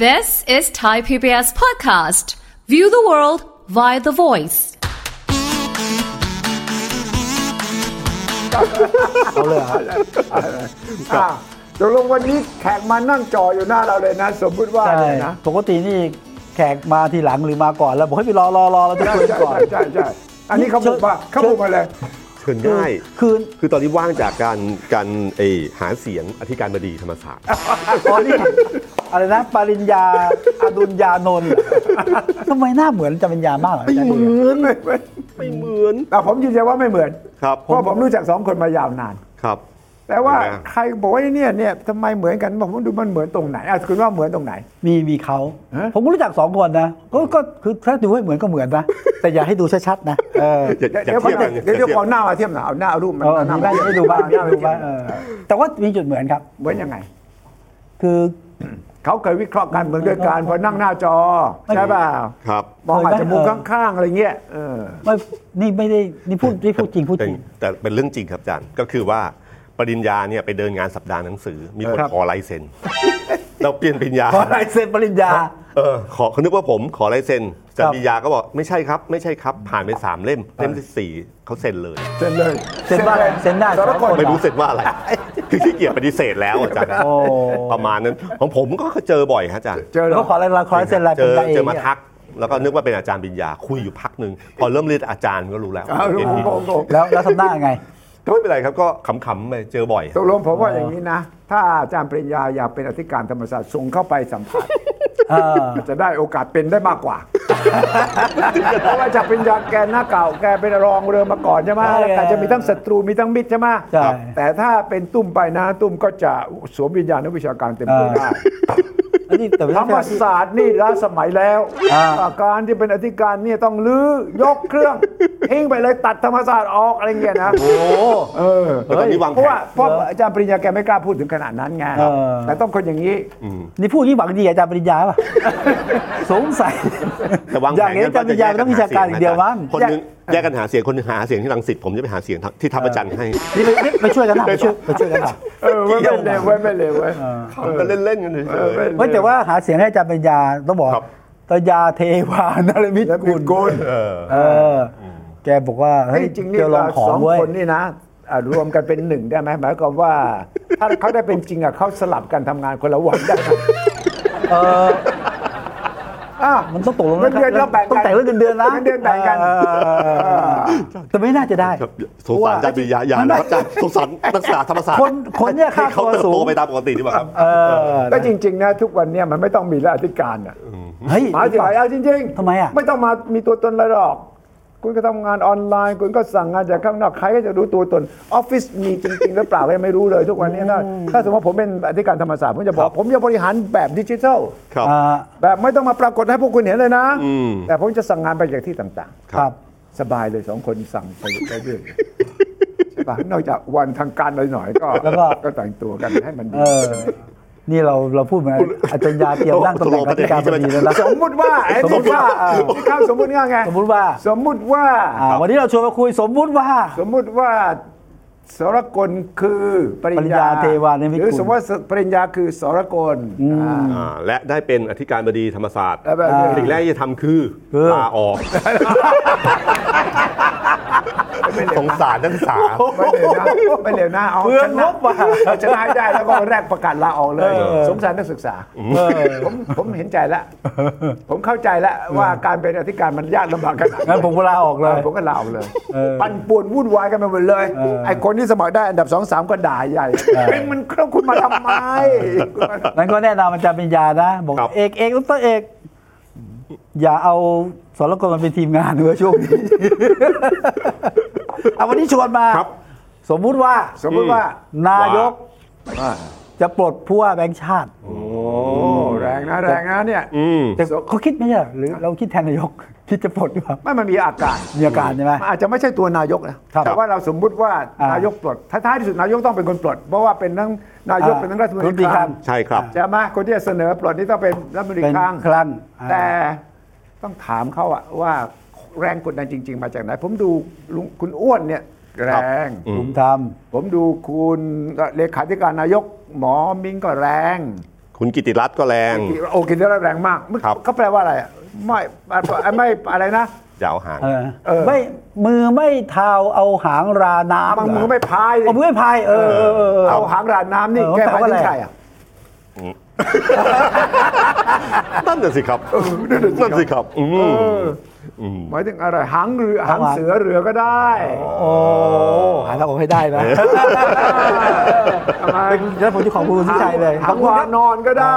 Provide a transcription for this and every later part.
This is Thai PBS podcast. View the world via the voice. เอาเลยตกลงวันนี้แขกมานั่งจออยู่หน้าเราเลยนะสมมุติว่าเนี่ยนะปกตินี่แขกมาทีหลังหรือมาก่อนแล้วบอกให้ไปรอเราจะคุยก่อนใช่อันนี้เขาบุกมาเลยเชิญง่ายคือตอนนี้ว่างจากการหาเสียงอธิการบดีธรรมศาสตร์อ๋อนี่อะไรนะปริญญาอดุลยานนท์ทำไมหน้าเหมือนจำปัญญามากไม่เหมือนแต่ผมยืนยันว่าไม่เหมือนครับเพราะผมรู้จักสองคนมายาวนานครับแต่ว่าใครบอกว่าเนี่ยทำไมเหมือนกันผมดูมันเหมือนตรงไหนคุณว่าเหมือนตรงไหนมีเขาผมรู้จัก2คนนะก็คือถ้าดูให้เหมือนก็เหมือนนะแต่อย่าให้ดูชัดๆนะเดี๋ยวเอาหน้ามาเทียบหน่อยเอาหน้าเอารูปมันได้ให้ดูบ้างแต่ว่ามีจุดเหมือนครับเหมือนยังไงคือเขาเคยวิเคราะห์การเมืองด้วยกันพอนั่งหน้าจอใช่ป่ะครับมองอาจจะมุมข้างๆอะไรเงี้ยนี่ไม่ได้นี่พูดจริงแต่เป็นเรื่องจริงครับอาจารย์ก็คือว่าปริญญาเนี่ยไปเดินงานสัปดาห์หนังสือมีคนขอลายเซ็นเราเปลี่ยนปริญญาขอลายเซ็นปริญญาเขานึกว่าผมขอลายเซ็นแต่ปริญญาก็บอกไม่ใช่ครับผ่านไป3เล่มที่4เขาเซ็นเลยเซ็นว่าเซ็นได้ไม่รู้เซ็นว่าอะไรคือขี้เกียจปฏิเสธแล้วอาจารย์ประมาณนั้นของผมก็เจอบ่อยครับอาจารย์เจอแล้วขอลายเซ็นอะไรเจอมาทักแล้วก็นึกว่าเป็นอาจารย์ปริญญาคุยอยู่พักนึงพอเริ่มเรียนอาจารย์ก็รู้แล้วแล้วทำหน้าไงก็ไม่เป็นไรครับก็ขำๆไปเจอบ่อยตกลงผมว่าอย่างนี้นะถ้าอาจารย์ปริญญาอยากเป็นอธิการธรรมศาสตร์ส่งเข้าไปสัมภาษณ์จะได้โอกาสเป็นได้มากกว่าเพราะว่าอาจารย์ปริญญาแกหน้าเก่าแกเป็นรองเรือมาก่อนใช่ไหมแต่จะมีทั้งศัตรูมีทั้งมิตรใช่ไหมแต่ถ้าเป็นตุ้มไปนะตุ้มก็จะสวมวิญญาณนักวิชาการเต็มตัวได้ธรรมศาสตร์นี่ล้าสมัยแล้วการที่เป็นอธิการเนี่ยต้องลื้อยกเครื่องทิ้งไปเลยตัดธรรมศาสตร์ออกอะไรเงี้ยนะเพราะว่าอาจารย์ปริญญาแกไม่กล้าพูดถึงขนาดนั้นไงแต่ต้องคนอย่างนี้นี่พูดที่หวังดีอาจารย์ปริญญาป่ะสงสัยอย่างนี้อาจารย์ปริญญาต้องวิชาการอย่างเดียวมั้งคนนึงแยกกันหาเสียงคนนึงหาเสียงที่รังสิตผมจะไปหาเสียงที่ทับประจันให้นี่ไปช่วยกันนะไปช่วยกันนะไม่เลวก็เล่นๆกันเลยแต่ว่าหาเสียงให้อาจารย์ปริญญาต้องบอกตยาเทวานรมิตรกุลแกบอกว่าเฮ้ยจริงๆนี่สองคนนี่นะรวมกันเป็นหนึ่งได้ไหมหมายความว่าถ้าเขาได้เป็นจริงเขาสลับกันทำงานคนละวันได้มันต้องตกลงเดือนแล้วแบ่งกันต้องแต่งเรื่องเดือนนะเดือนแบ่งกันแต่ไม่น่าจะได้สงสารอาจารย์ปริญญาอย่านะอาจารย์สงสารนักศึกษาธรรมศาสตร์คนเนี่ยค่าเขาเติบโตไปตามปกติดีกว่าครับแต่จริงๆนะทุกวันเนี่ยมันไม่ต้องมีอธิการอ่ะหมายถึงเอาจริงๆทำไมอ่ะไม่ต้องมามีตัวตนอะไรหรอกคุณก็ทำงานออนไลน์คุณก็สั่งงานจากข้างนอกใครก็จะรู้ตัวตนออฟฟิศมีจริงๆหรือเปล่าไม่รู้เลยทุกวันนี้นะถ้าสมมติผมเป็นอธิการธรรมศาสตร์ผมจะบอกผมจะบริหารแบบดิจิทัลแบบไม่ต้องมาปรากฏให้พวกคุณเห็นเลยนะแต่ผมจะสั่งงานไปจากที่ต่างๆสบายเลย2คนสั่งไปเรื่อยใช่ป่ะนอกจากวันทางการหน่อยๆก็แต่งตัวกันให้มันดีนี่เราพูดมาอาจารย์ยาเตรียมนั่งตำแหน่งอธิการบดีแล้วนะสมมุติว่าข้าวสมมุติว่าไงสมมุติว่าวันนี้เราชวนมาคุยสมมุติว่าสรกลคือปริญญาเทวานมิตรกุลหรือสมมติว่าปริญญาคือสรกลและได้เป็นอธิการบดีธรรมศาสตร์สิ่งแรกที่จะทำคือลาออกสงสารนักศึกษาไม่เร็วนะเอาชนะได้แล้วก็แรกประกาศลาออกเลยสงสารนักศึกษาผมเห็นใจแล้วผมเข้าใจแล้วว่าการเป็นอธิการมันยากลำบากขนาดนั้นผมก็ลาออกเลยปั่นป่วนวุ่นวายกันไปหมดเลยไอ้คนที่สมัครได้อันดับ 2-3 ก็ด่าใหญ่มันคุณมาทำไมนั่นก็แน่นอนมันจะเป็นยานะบอกเอกดร.เอกอย่าเอาสรกลมันเป็นทีมงานด้วยช่วงนี้เอาวันนี้ชวนมาสมมุติว่านายกจะปลดผู้ว่าแบงค์ชาติโอ้แรงนะเนี่ยแต่เขาคิดไม่ใช่หรือเราคิดแทนนายกคิดจะปลดหรือเปล่าไม่มันมีอาการใช่ไหมอาจจะไม่ใช่ตัวนายกนะแต่ว่าเราสมมุติว่านายกปลดท้ายที่สุดนายกต้องเป็นคนปลดเพราะว่าเป็นทั้งนายกเป็นทั้งรัฐมนตรีคลังใช่ครับใช่ไหมคนที่จะเสนอปลดนี่ต้องเป็นรัฐมนตรีคลังแต่ต้องถามเขาว่าแรงกดดันจริงๆมาจากไหนผมดูคุณอ้วนเนี่ยแรงผมดูคุณเลขาธิการนายกหมอมิงก็แรงคุณกิติรัตน์ก็แรงโอกิติรัตน์แรงมากเขาแปลว่าอะไรไม่อะไรนะจะเอาหางไม่มือไม่เท้าเอาหางราน้ำมือไม่พายมือไม่พายเอาหางราน้ำนี่แกหมายถึงใครนั่นน่ะสิครับนั่นสิครับหมายถึงอะไรหางเรือหางเสือเรือก็ได้หาทางออกให้ได้นะแล้วผมจะขอบคุณที่ใจเลยหางวานอนก็ได้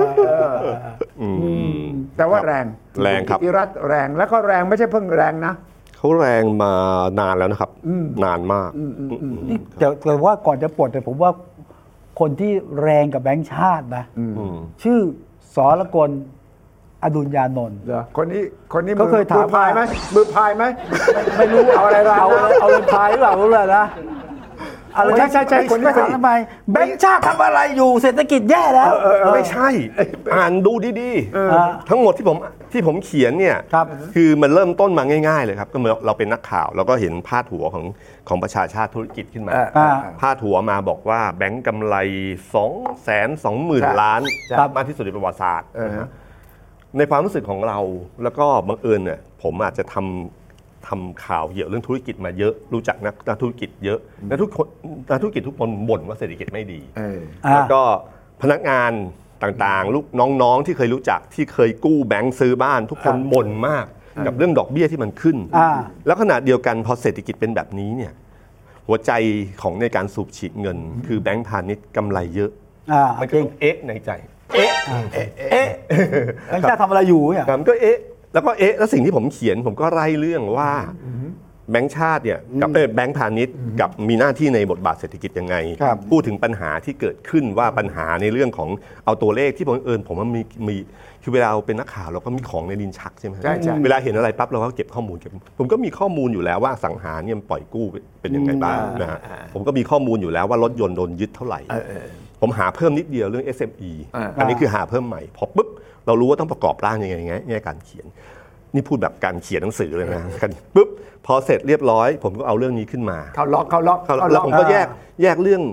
แต่ว่าแรงครับอิรัตแรงแล้วก็แรงไม่ใช่เพิ่งแรงนะเขาแรงมานานแล้วนะครับนานมากแต่ว่าก่อนจะปลดแต่ผมว่าคนที่แรงกับแบงค์ชาตินะชื่อสรกลอดุลยานนท์คนนี้เขาเคยถามพายไหมมือพายไหมไม่รู้เอาอะไรเอาเลยพายหรือเปล่ารู้เลยนะอะไรใช่คนนี้ถามทำไมแบงค์ชาติทำอะไรอยู่เศรษฐกิจแย่แล้วไม่ใช่อ่านดูดีๆทั้งหมดที่ผมเขียนเนี่ยคือมันเริ่มต้นมาง่ายๆเลยครับก็เมื่อเราเป็นนักข่าวเราก็เห็นพาดหัวของประชาชาติธุรกิจขึ้นมาพาดหัวมาบอกว่าแบงค์กำไร 220,000 ล้านมากที่สุดในประวัติศาสตร์ในความรู้สึกของเราแล้วก็บังเอิญเนี่ยผมอาจจะทำข่าวเกี่ยวเรื่องธุรกิจมาเยอะรู้จักนักธุรกิจเยอะนักธุรกิจทุกคนบ่นว่าเศรษฐกิจไม่ดีแล้วก็พนักงานต่างๆลูกน้องๆที่เคยรู้จักที่เคยกู้แบงค์ซื้อบ้านทุกคนบ่นมากกับเรื่องดอกเบี้ยที่มันขึ้นแล้วขณะเดียวกันพอเศรษฐกิจเป็นแบบนี้เนี่ยหัวใจของในการสูบฉีดเงินคือแบงค์พาณิชย์กำไรเยอะมันก็ในใจแบงค์ชาติทำอะไรอยู่เนี่ยมันก็แล้วสิ่งที่ผมเขียนผมก็ไล่เรื่องว่าแบงค์ชาติเนี่ยกับแบงค์พาณิชย์กับมีหน้าที่ในบทบาทเศรษฐกิจยังไงพูดถึงปัญหาที่เกิดขึ้นว่าปัญหาในเรื่องของเอาตัวเลขที่ผมว่ามีคือเวลาเป็นนักข่าวเราก็มีของในลิ้นชักใช่ไหมเวลาเห็นอะไรปั๊บเราก็เก็บข้อมูลผมก็มีข้อมูลอยู่แล้วว่าสังหารเนี่ยปล่อยกู้เป็นยังไงบ้างนะฮะผมก็มีข้อมูลอยู่แล้วว่ารถยนต์โดนยึดเท่าไหร่ผมหาเพิ่มนิดเดียวเรื่อง SME อันนี้คือหาเพิ่มใหม่พอปุ๊บเรารู้ว่าต้องประกอบร่างยังไงแง่การเขียนนี่พูดแบบการเขียนหนังสือเลยนะปุ๊บพอเสร็จเรียบร้อยผมก็เอาเรื่องนี้ขึ้นมาเขาล็อกแล้วผมก็แยกเรื่อง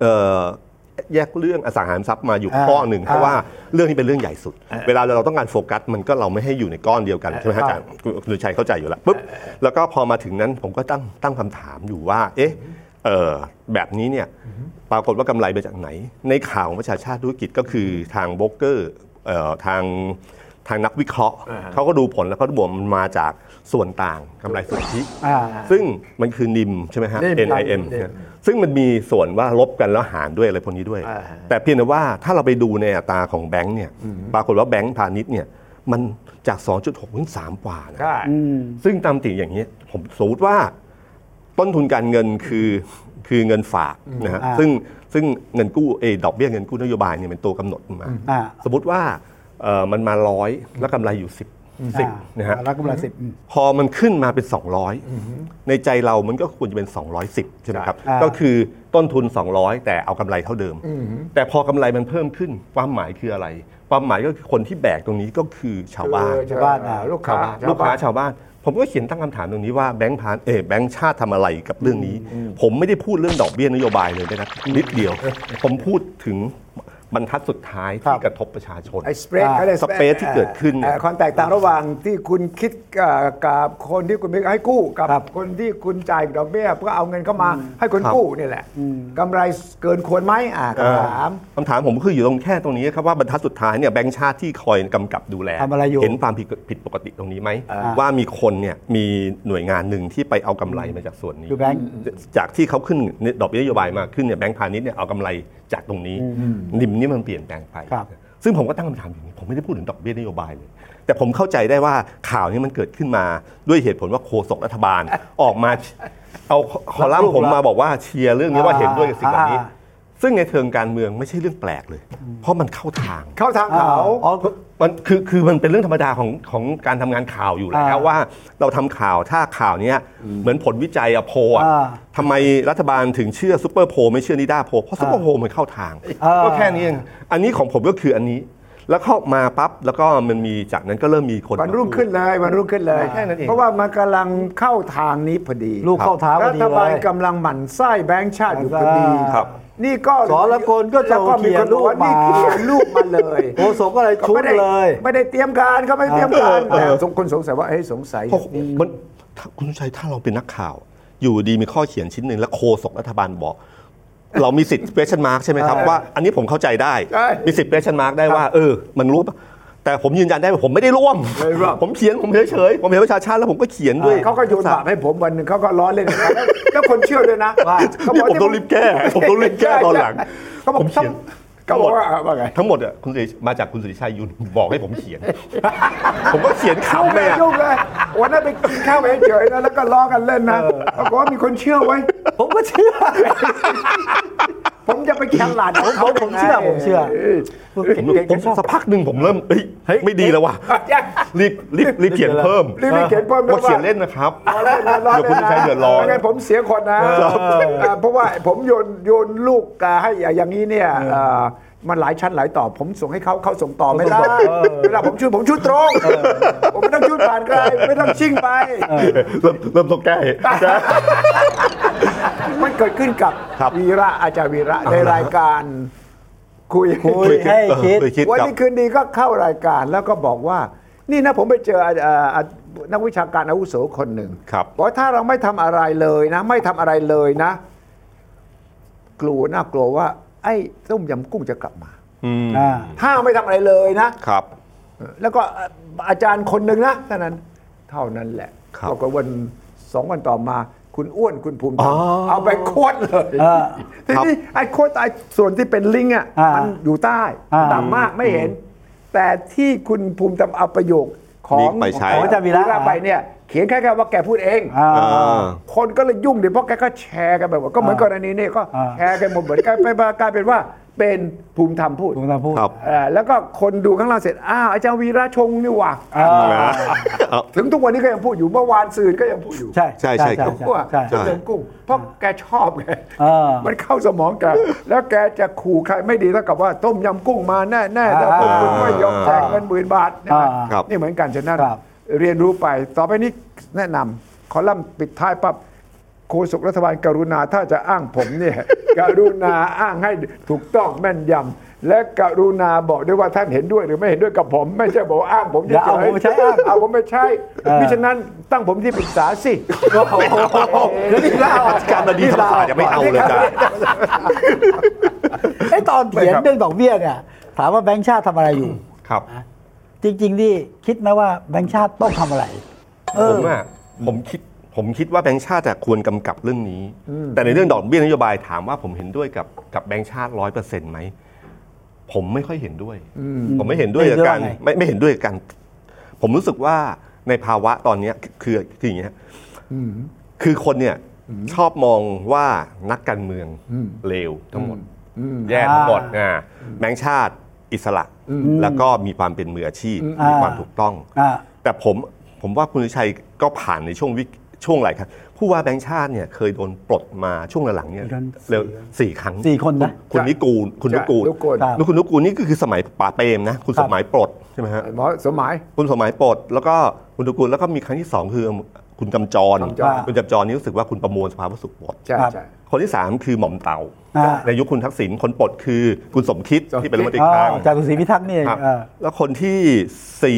อสังหาริมทรัพย์มาอยู่ข้อหนึ่งเพราะว่าเรื่องนี้เป็นเรื่องใหญ่สุดเวลาเราต้องการโฟกัสมันก็เราไม่ให้อยู่ในก้อนเดียวกันใช่ไหมอาจารย์คุณชัยเข้าใจอยู่แล้วปุ๊บแล้วก็พอมาถึงนั้นผมก็ตั้งคำถามอยู่ว่าแบบนี้เนี่ยปรากฏว่ากำไรมาจากไหนในข่าวของประชาชาติธุรกิจก็คือทางโบรกเกอร์ทางนักวิเคราะห์เขาก็ดูผลแล้วเขาบอกมันมาจากส่วนต่างกำไรสุทธิซึ่งมันคือนิมใช่ไหมฮะ NIM ซึ่งมันมีส่วนว่าลบกันแล้วหารด้วยอะไรพวกนี้ด้วยแต่เพียงแต่ว่าถ้าเราไปดูในอัตราของแบงค์เนี่ยปรากฏว่าแบงค์พาณิชย์เนี่ยมันจาก 2.6 ถึง 3 กว่านะซึ่งตามติอย่างนี้ผมสมมติว่าต้นทุนการเงินคือเงินฝากนะฮะซึ่งเงินกู้ดอกเบี้ยเงินกู้นโยบายเนี่ยเป็นตัวกำหนดมาสมมติว่ามันมา100แล้วกำไรอยู่10นะฮะแล้วกำไร 10พอมันขึ้นมาเป็น200ในใจเรามันก็ควรจะเป็น210ใช่ไหมครับก็คือต้นทุน200แต่เอากำไรเท่าเดิมแต่พอกำไรมันเพิ่มขึ้นความหมายคืออะไรความหมายก็คือคนที่แบกตรงนี้ก็คือชาวบ้านลูกค้าชาวบ้านผมก็เขียนตั้งคำถามตรงนี้ว่าแบงค์ชาติทำอะไรกับเรื่องนี้ผมไม่ได้พูดเรื่องดอกเบี้ยนโยบายเลยนะครับนิดเดียวผมพูดถึงบรรทัดสุดท้ายที่กระทบประชาชนสเปรดที่เกิดขึ้นความแตกต่างระหว่างที่คุณคิดกับคนที่คุณไปให้กู้กับคนที่คุณจ่ายดอกเบี้ยเพื่อเอาเงินเข้ามาให้คนกู้นี่แหละกำไรเกินควรไหมคำถามผมคืออยู่ตรงแค่ตรงนี้ครับว่าบรรทัดสุดท้ายเนี่ยแบงค์ชาติที่คอยกำกับดูแลเห็นความผิดปกติตรงนี้ไหมว่ามีคนเนี่ยมีหน่วยงานหนึ่งที่ไปเอากำไรมาจากส่วนนี้จากที่เขาขึ้นดอกเบี้ยนโยบายมาขึ้นเนี่ยแบงค์พาณิชย์เนี่ยเอากำไรจากตรงนี้นิมนี่มันเปลี่ยนแปลงไปซึ่งผมก็ตั้งคำถามอย่างนี้ผมไม่ได้พูดถึงดอกเบี้ยนโยบายเลยแต่ผมเข้าใจได้ว่าข่าวนี้มันเกิดขึ้นมาด้วยเหตุผลว่าโฆษกรัฐบาลออกมาเอาคอลัมน์ผมมาบอกว่าเชียร์เรื่องนี้ว่าเห็นด้วยกับสิ่งแบบนี้ซึ่งในเชิงการเมืองไม่ใช่เรื่องแปลกเลยเพราะมันเข้าทางเขามันคือมันเป็นเรื่องธรรมดาของการทำงานข่าวอยู่แล้วว่าเราทำข่าวถ้าข่าวนี้เหมือนผลวิจัยโพลทำไมรัฐบาลถึงเชื่อซุปเปอร์โพลไม่เชื่อนิด้าโพลเพราะซุปเปอร์โพลมันเข้าทางก็แค่นี้เองอันนี้ของผมก็คืออันนี้แล้วเข้ามาปั๊บแล้วก็มันมีจากนั้นก็เริ่มมีคนวันรุ่งขึ้นเลยแค่นั้นเองเพราะว่ามันกำลังเข้าทางนี้พอดีลูกเข้าทางพอดีรัฐบาลกำลังหมั่นไส้แบงค์ชาติอยู่พอดีนี่ก็สรกลก็จะแล้วมีคนบอกว่านี่เขียนรูปมาเลยโฆษกก็เลยชุดเลยไม่ได้เตรียมการเขาไม่เตรียมการแต่คนสงสัยว่าสงสัยเพราะมันคุณชัยถ้าเราเป็นนักข่าว อยู่ดีมีข้อเขียนชิ้นหนึ่งแล้วโฆษกรัฐบาลบอก เรามีสิทธิ์ question mark ใช่ไหมครับว่าอันนี้ผมเข้าใจได้มีสิทธิ์ question mark ได้ว่ามันรู้แต่ผมยืนยันได้ว่าผมไม่ได้ร่วมผมเขียนผมเฉยๆผมเห็นประชาชาติแล้วผมก็เขียนด้วยเขาก็โยนบาปให้ผมวันหนึ่งเขาก็ล้อเล่นแล้วคนเชื่อด้วยนะนี่ผมต้องรีบแก้ตอนหลังผมเขียนก็บอกว่าไงทั้งหมดอ่ะคุณมาจากคุณสุริชัยยุนบอกให้ผมเขียน ผมก็เขียนขำเลยยุ่งเลยวันนั้นไปกินข้าวเฉยๆนะแล้วก็ล้อกันเล่นนะบอกว่ามีคนเชื่อไว้ผมก็เชื่อผมจะไปแข่งหลานของเขาผมเชื่อผมสักพักหนึ่งผมเริ่มไม่ดีแล้วว่ะรีบเขียนเพิ่มว่าเขียนเล่นนะครับเดี๋ยวคุณชัยเดือดร้อนงั้นผมเสียคนนะเพราะว่าผมโยนลูกให้อย่างนี้เนี่ยมันหลายชั้นหลายต่อผมส่งให้เขาส่งต่อไม่ได้เวลาผมชุดตรงผมไม่ต้องชุดผ่านใครไม่ต้องชิ่งไปเริ่มต้องแก้มันเกิดขึ้นกับวีระอาจารย์วีระในรายการคุยให้คิดวันนี้คืนดีก็เข้ารายการแล้วก็บอกว่านี่นะผมไปเจอนักวิชาการอาวุโสคนหนึ่งบอกว่าถ้าเราไม่ทำอะไรเลยนะไม่ทำอะไรเลยนะน่ากลัวว่าไอ้ต้มยำกุ้งจะกลับมาถ้าไม่ทำอะไรเลยนะครับแล้วก็อาจารย์คนหนึ่งนะเท่านั้นแหละบอกว่าวัน2 วันต่อมาคุณอ้วนคุณภูมิเอาไปโคตรเลยทีนี้ไอ้โคตรไอ้ส่วนที่เป็นลิงก์มันอยู่ใต้ต่ำมากไม่เห็นแต่ที่คุณภูมิทำเอาประโยคของอาจารย์วีระไปเนี่ยเขียนแค่ว่าแกพูดเองคนก็เลยยุ่งดิเพราะแกก็แชร์กันแบบว่าก็เหมือนกรณีนี้ก็แชร์กันหมดเหมือนกันไปกลายเป็นว่าเป็นภูมิธรรมพูดแล้วก็คนดูข้างล่างเสร็จอาจารย์วีระชงนี่หว่าถึงทุกวันนี้ก็ยังพูดอยู่เมื่อวานสื่อก็ยังพูดอยู่ใช่ว่าเรื่องกุ้งเพราะแกชอบไงมันเข้าสมองแกแล้วแกจะขู่ใครไม่ดีเท่ากับว่าต้มยำกุ้งมาแน่ๆแต่คุณไม่ยอมแจกเงิน10,000 บาทนี่เหมือนกันฉะนั้นเรียนรู้ไปต่อไปนี้แนะนำคอลัมน์ปิดท้ายปั๊บโฆษกรัฐบาลกรุณาถ้าจะอ้างผมเนี่ยกรุณาอ้างให้ถูกต้องแม่นยำและกรุณาบอกด้วยว่าท่านเห็นด้วยหรือไม่เห็นด้วยกับผมไม่ใช่บอกอ้างผมเฉยๆเอาผมไม่ใช่มิฉะนั้นตั้งผมที่ปรึกษาสินี่ล่าการมาดีธรรมศาสตร์จะไม่เอาเลยจ้ะตอนเขียนเรื่องดอกเบี้ยเนี่ยถามว่าแบงก์ชาติทำอะไรอยู่ครับจริงๆนี่คิดไหมว่าแบงก์ชาติต้องทำอะไรผมคิดว่าแบงก์ชาติควรกำกับเรื่องนี้แต่ในเรื่องดอกเบี้ยนโยบายถามว่าผมเห็นด้วยกับแบงก์ชาติ 100% ไหมผมไม่ค่อยเห็นด้วยผมไม่เห็นด้วยกับการไม่เห็นด้วยกันผมรู้สึกว่าในภาวะตอนนี้คืออย่างนี้คือคนเนี่ยชอบมองว่านักการเมืองเลวทั้งหมดแย่ทั้งหมดแบงก์ชาติอิสระแล้วก็มีความเป็นมืออาชีพมีความถูกต้องแต่ผมว่าคุณชัยก็ผ่านในช่วงหลายครั้งผู้ว่าแบงก์ชาติเนี่ยเคยโดนปลดมาช่วงหลังๆเนี่ยเร็ว4 ครั้ง 4 คนนะคุณนุกูลคุณนุกูลนี่ก็คือสมัยป่าเปรมนะคุณสมัยปลดใช่ไหมฮะสมัยคุณสมัยปลดแล้วก็คุณนุกูลแล้วก็มีครั้งที่2คือคุณจำจรคุณจำจรนี่รู้สึกว่าคุณประมวลสภาวสุขปลดคนที่3คือหม่อมเต่าในยุคคุณทักษิณคนปลดคือคุณสมคิดที่เป็นรัฐมนตรีคลังจากคุณศรีพิทักษ์นี่แล้วคนที่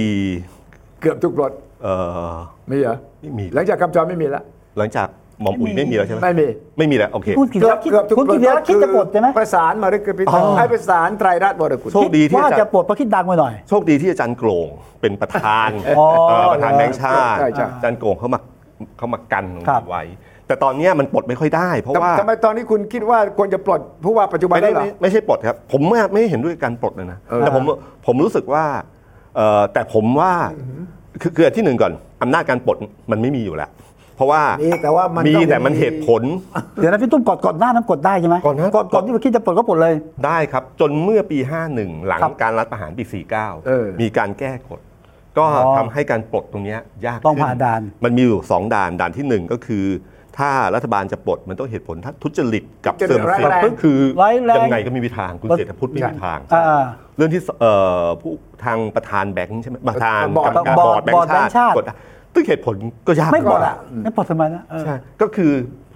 4 เกือบทุกปลดไม่เหรอไม่มีหลังจากคำจรไม่มีแล้วหลังจากหม่อมอุ๋ยไม่มีแล้วใช่ไหมไม่มีแล้วโอเคคุณกิติรัตน์คิดจะปลดใช่ไหมประสานมาด้วยกันให้ประสานไตรรัตน์วรกุลโชคดีที่ว่าจะปลดเพราะคิดดังไปหน่อยโชคดีที่อาจารย์โกลงเป็นประธานแบงค์ชาติอาจารย์โกลงเขามากันไว้แต่ตอนนี้มันปลดไม่ค่อยได้เพราะว่าทำไมตอนนี้คุณคิดว่าควรจะปลดผู้ว่าปัจจุบันได้หรอไม่ใช่ปลดครับผมไม่เห็นด้วยการปลดเลยนะแต่ผมรู้สึกว่าแต่ผมว่าคือที่หนึ่งก่อนอำนาจการปลดมันไม่มีอยู่แล้วเพราะว่ามีแต่มันเหตุผลเดี๋ยวนะพี่ตุ้มก่อนหน้านั้นกดได้ใช่ไหมก่อนที่คิดจะปลดก็ปลดเลยได้ครับจนเมื่อปี51หลังการรัฐประหารปี49มีการแก้กฎก็ทำให้การปลดตรงนี้ยากขึ้นต้องผ่านด่านมันมีอยู่2ด่านที่1ก็คือถ้ารัฐบาลจะปลดมันต้องเหตุผลทุจริตกับเสื่อมเสียคือยังไงก็ไม่มีทางคุณเศรษฐพุทธไม่มีทางเรื่องที่ผู้ทางประธานแบงค์ใช่ไหมประธานบอร์ดแบงค์ชาติตึ้งเหตุผลก็ยากไม่ปลดไม่ปลดทำไมนะใช่ก็คือ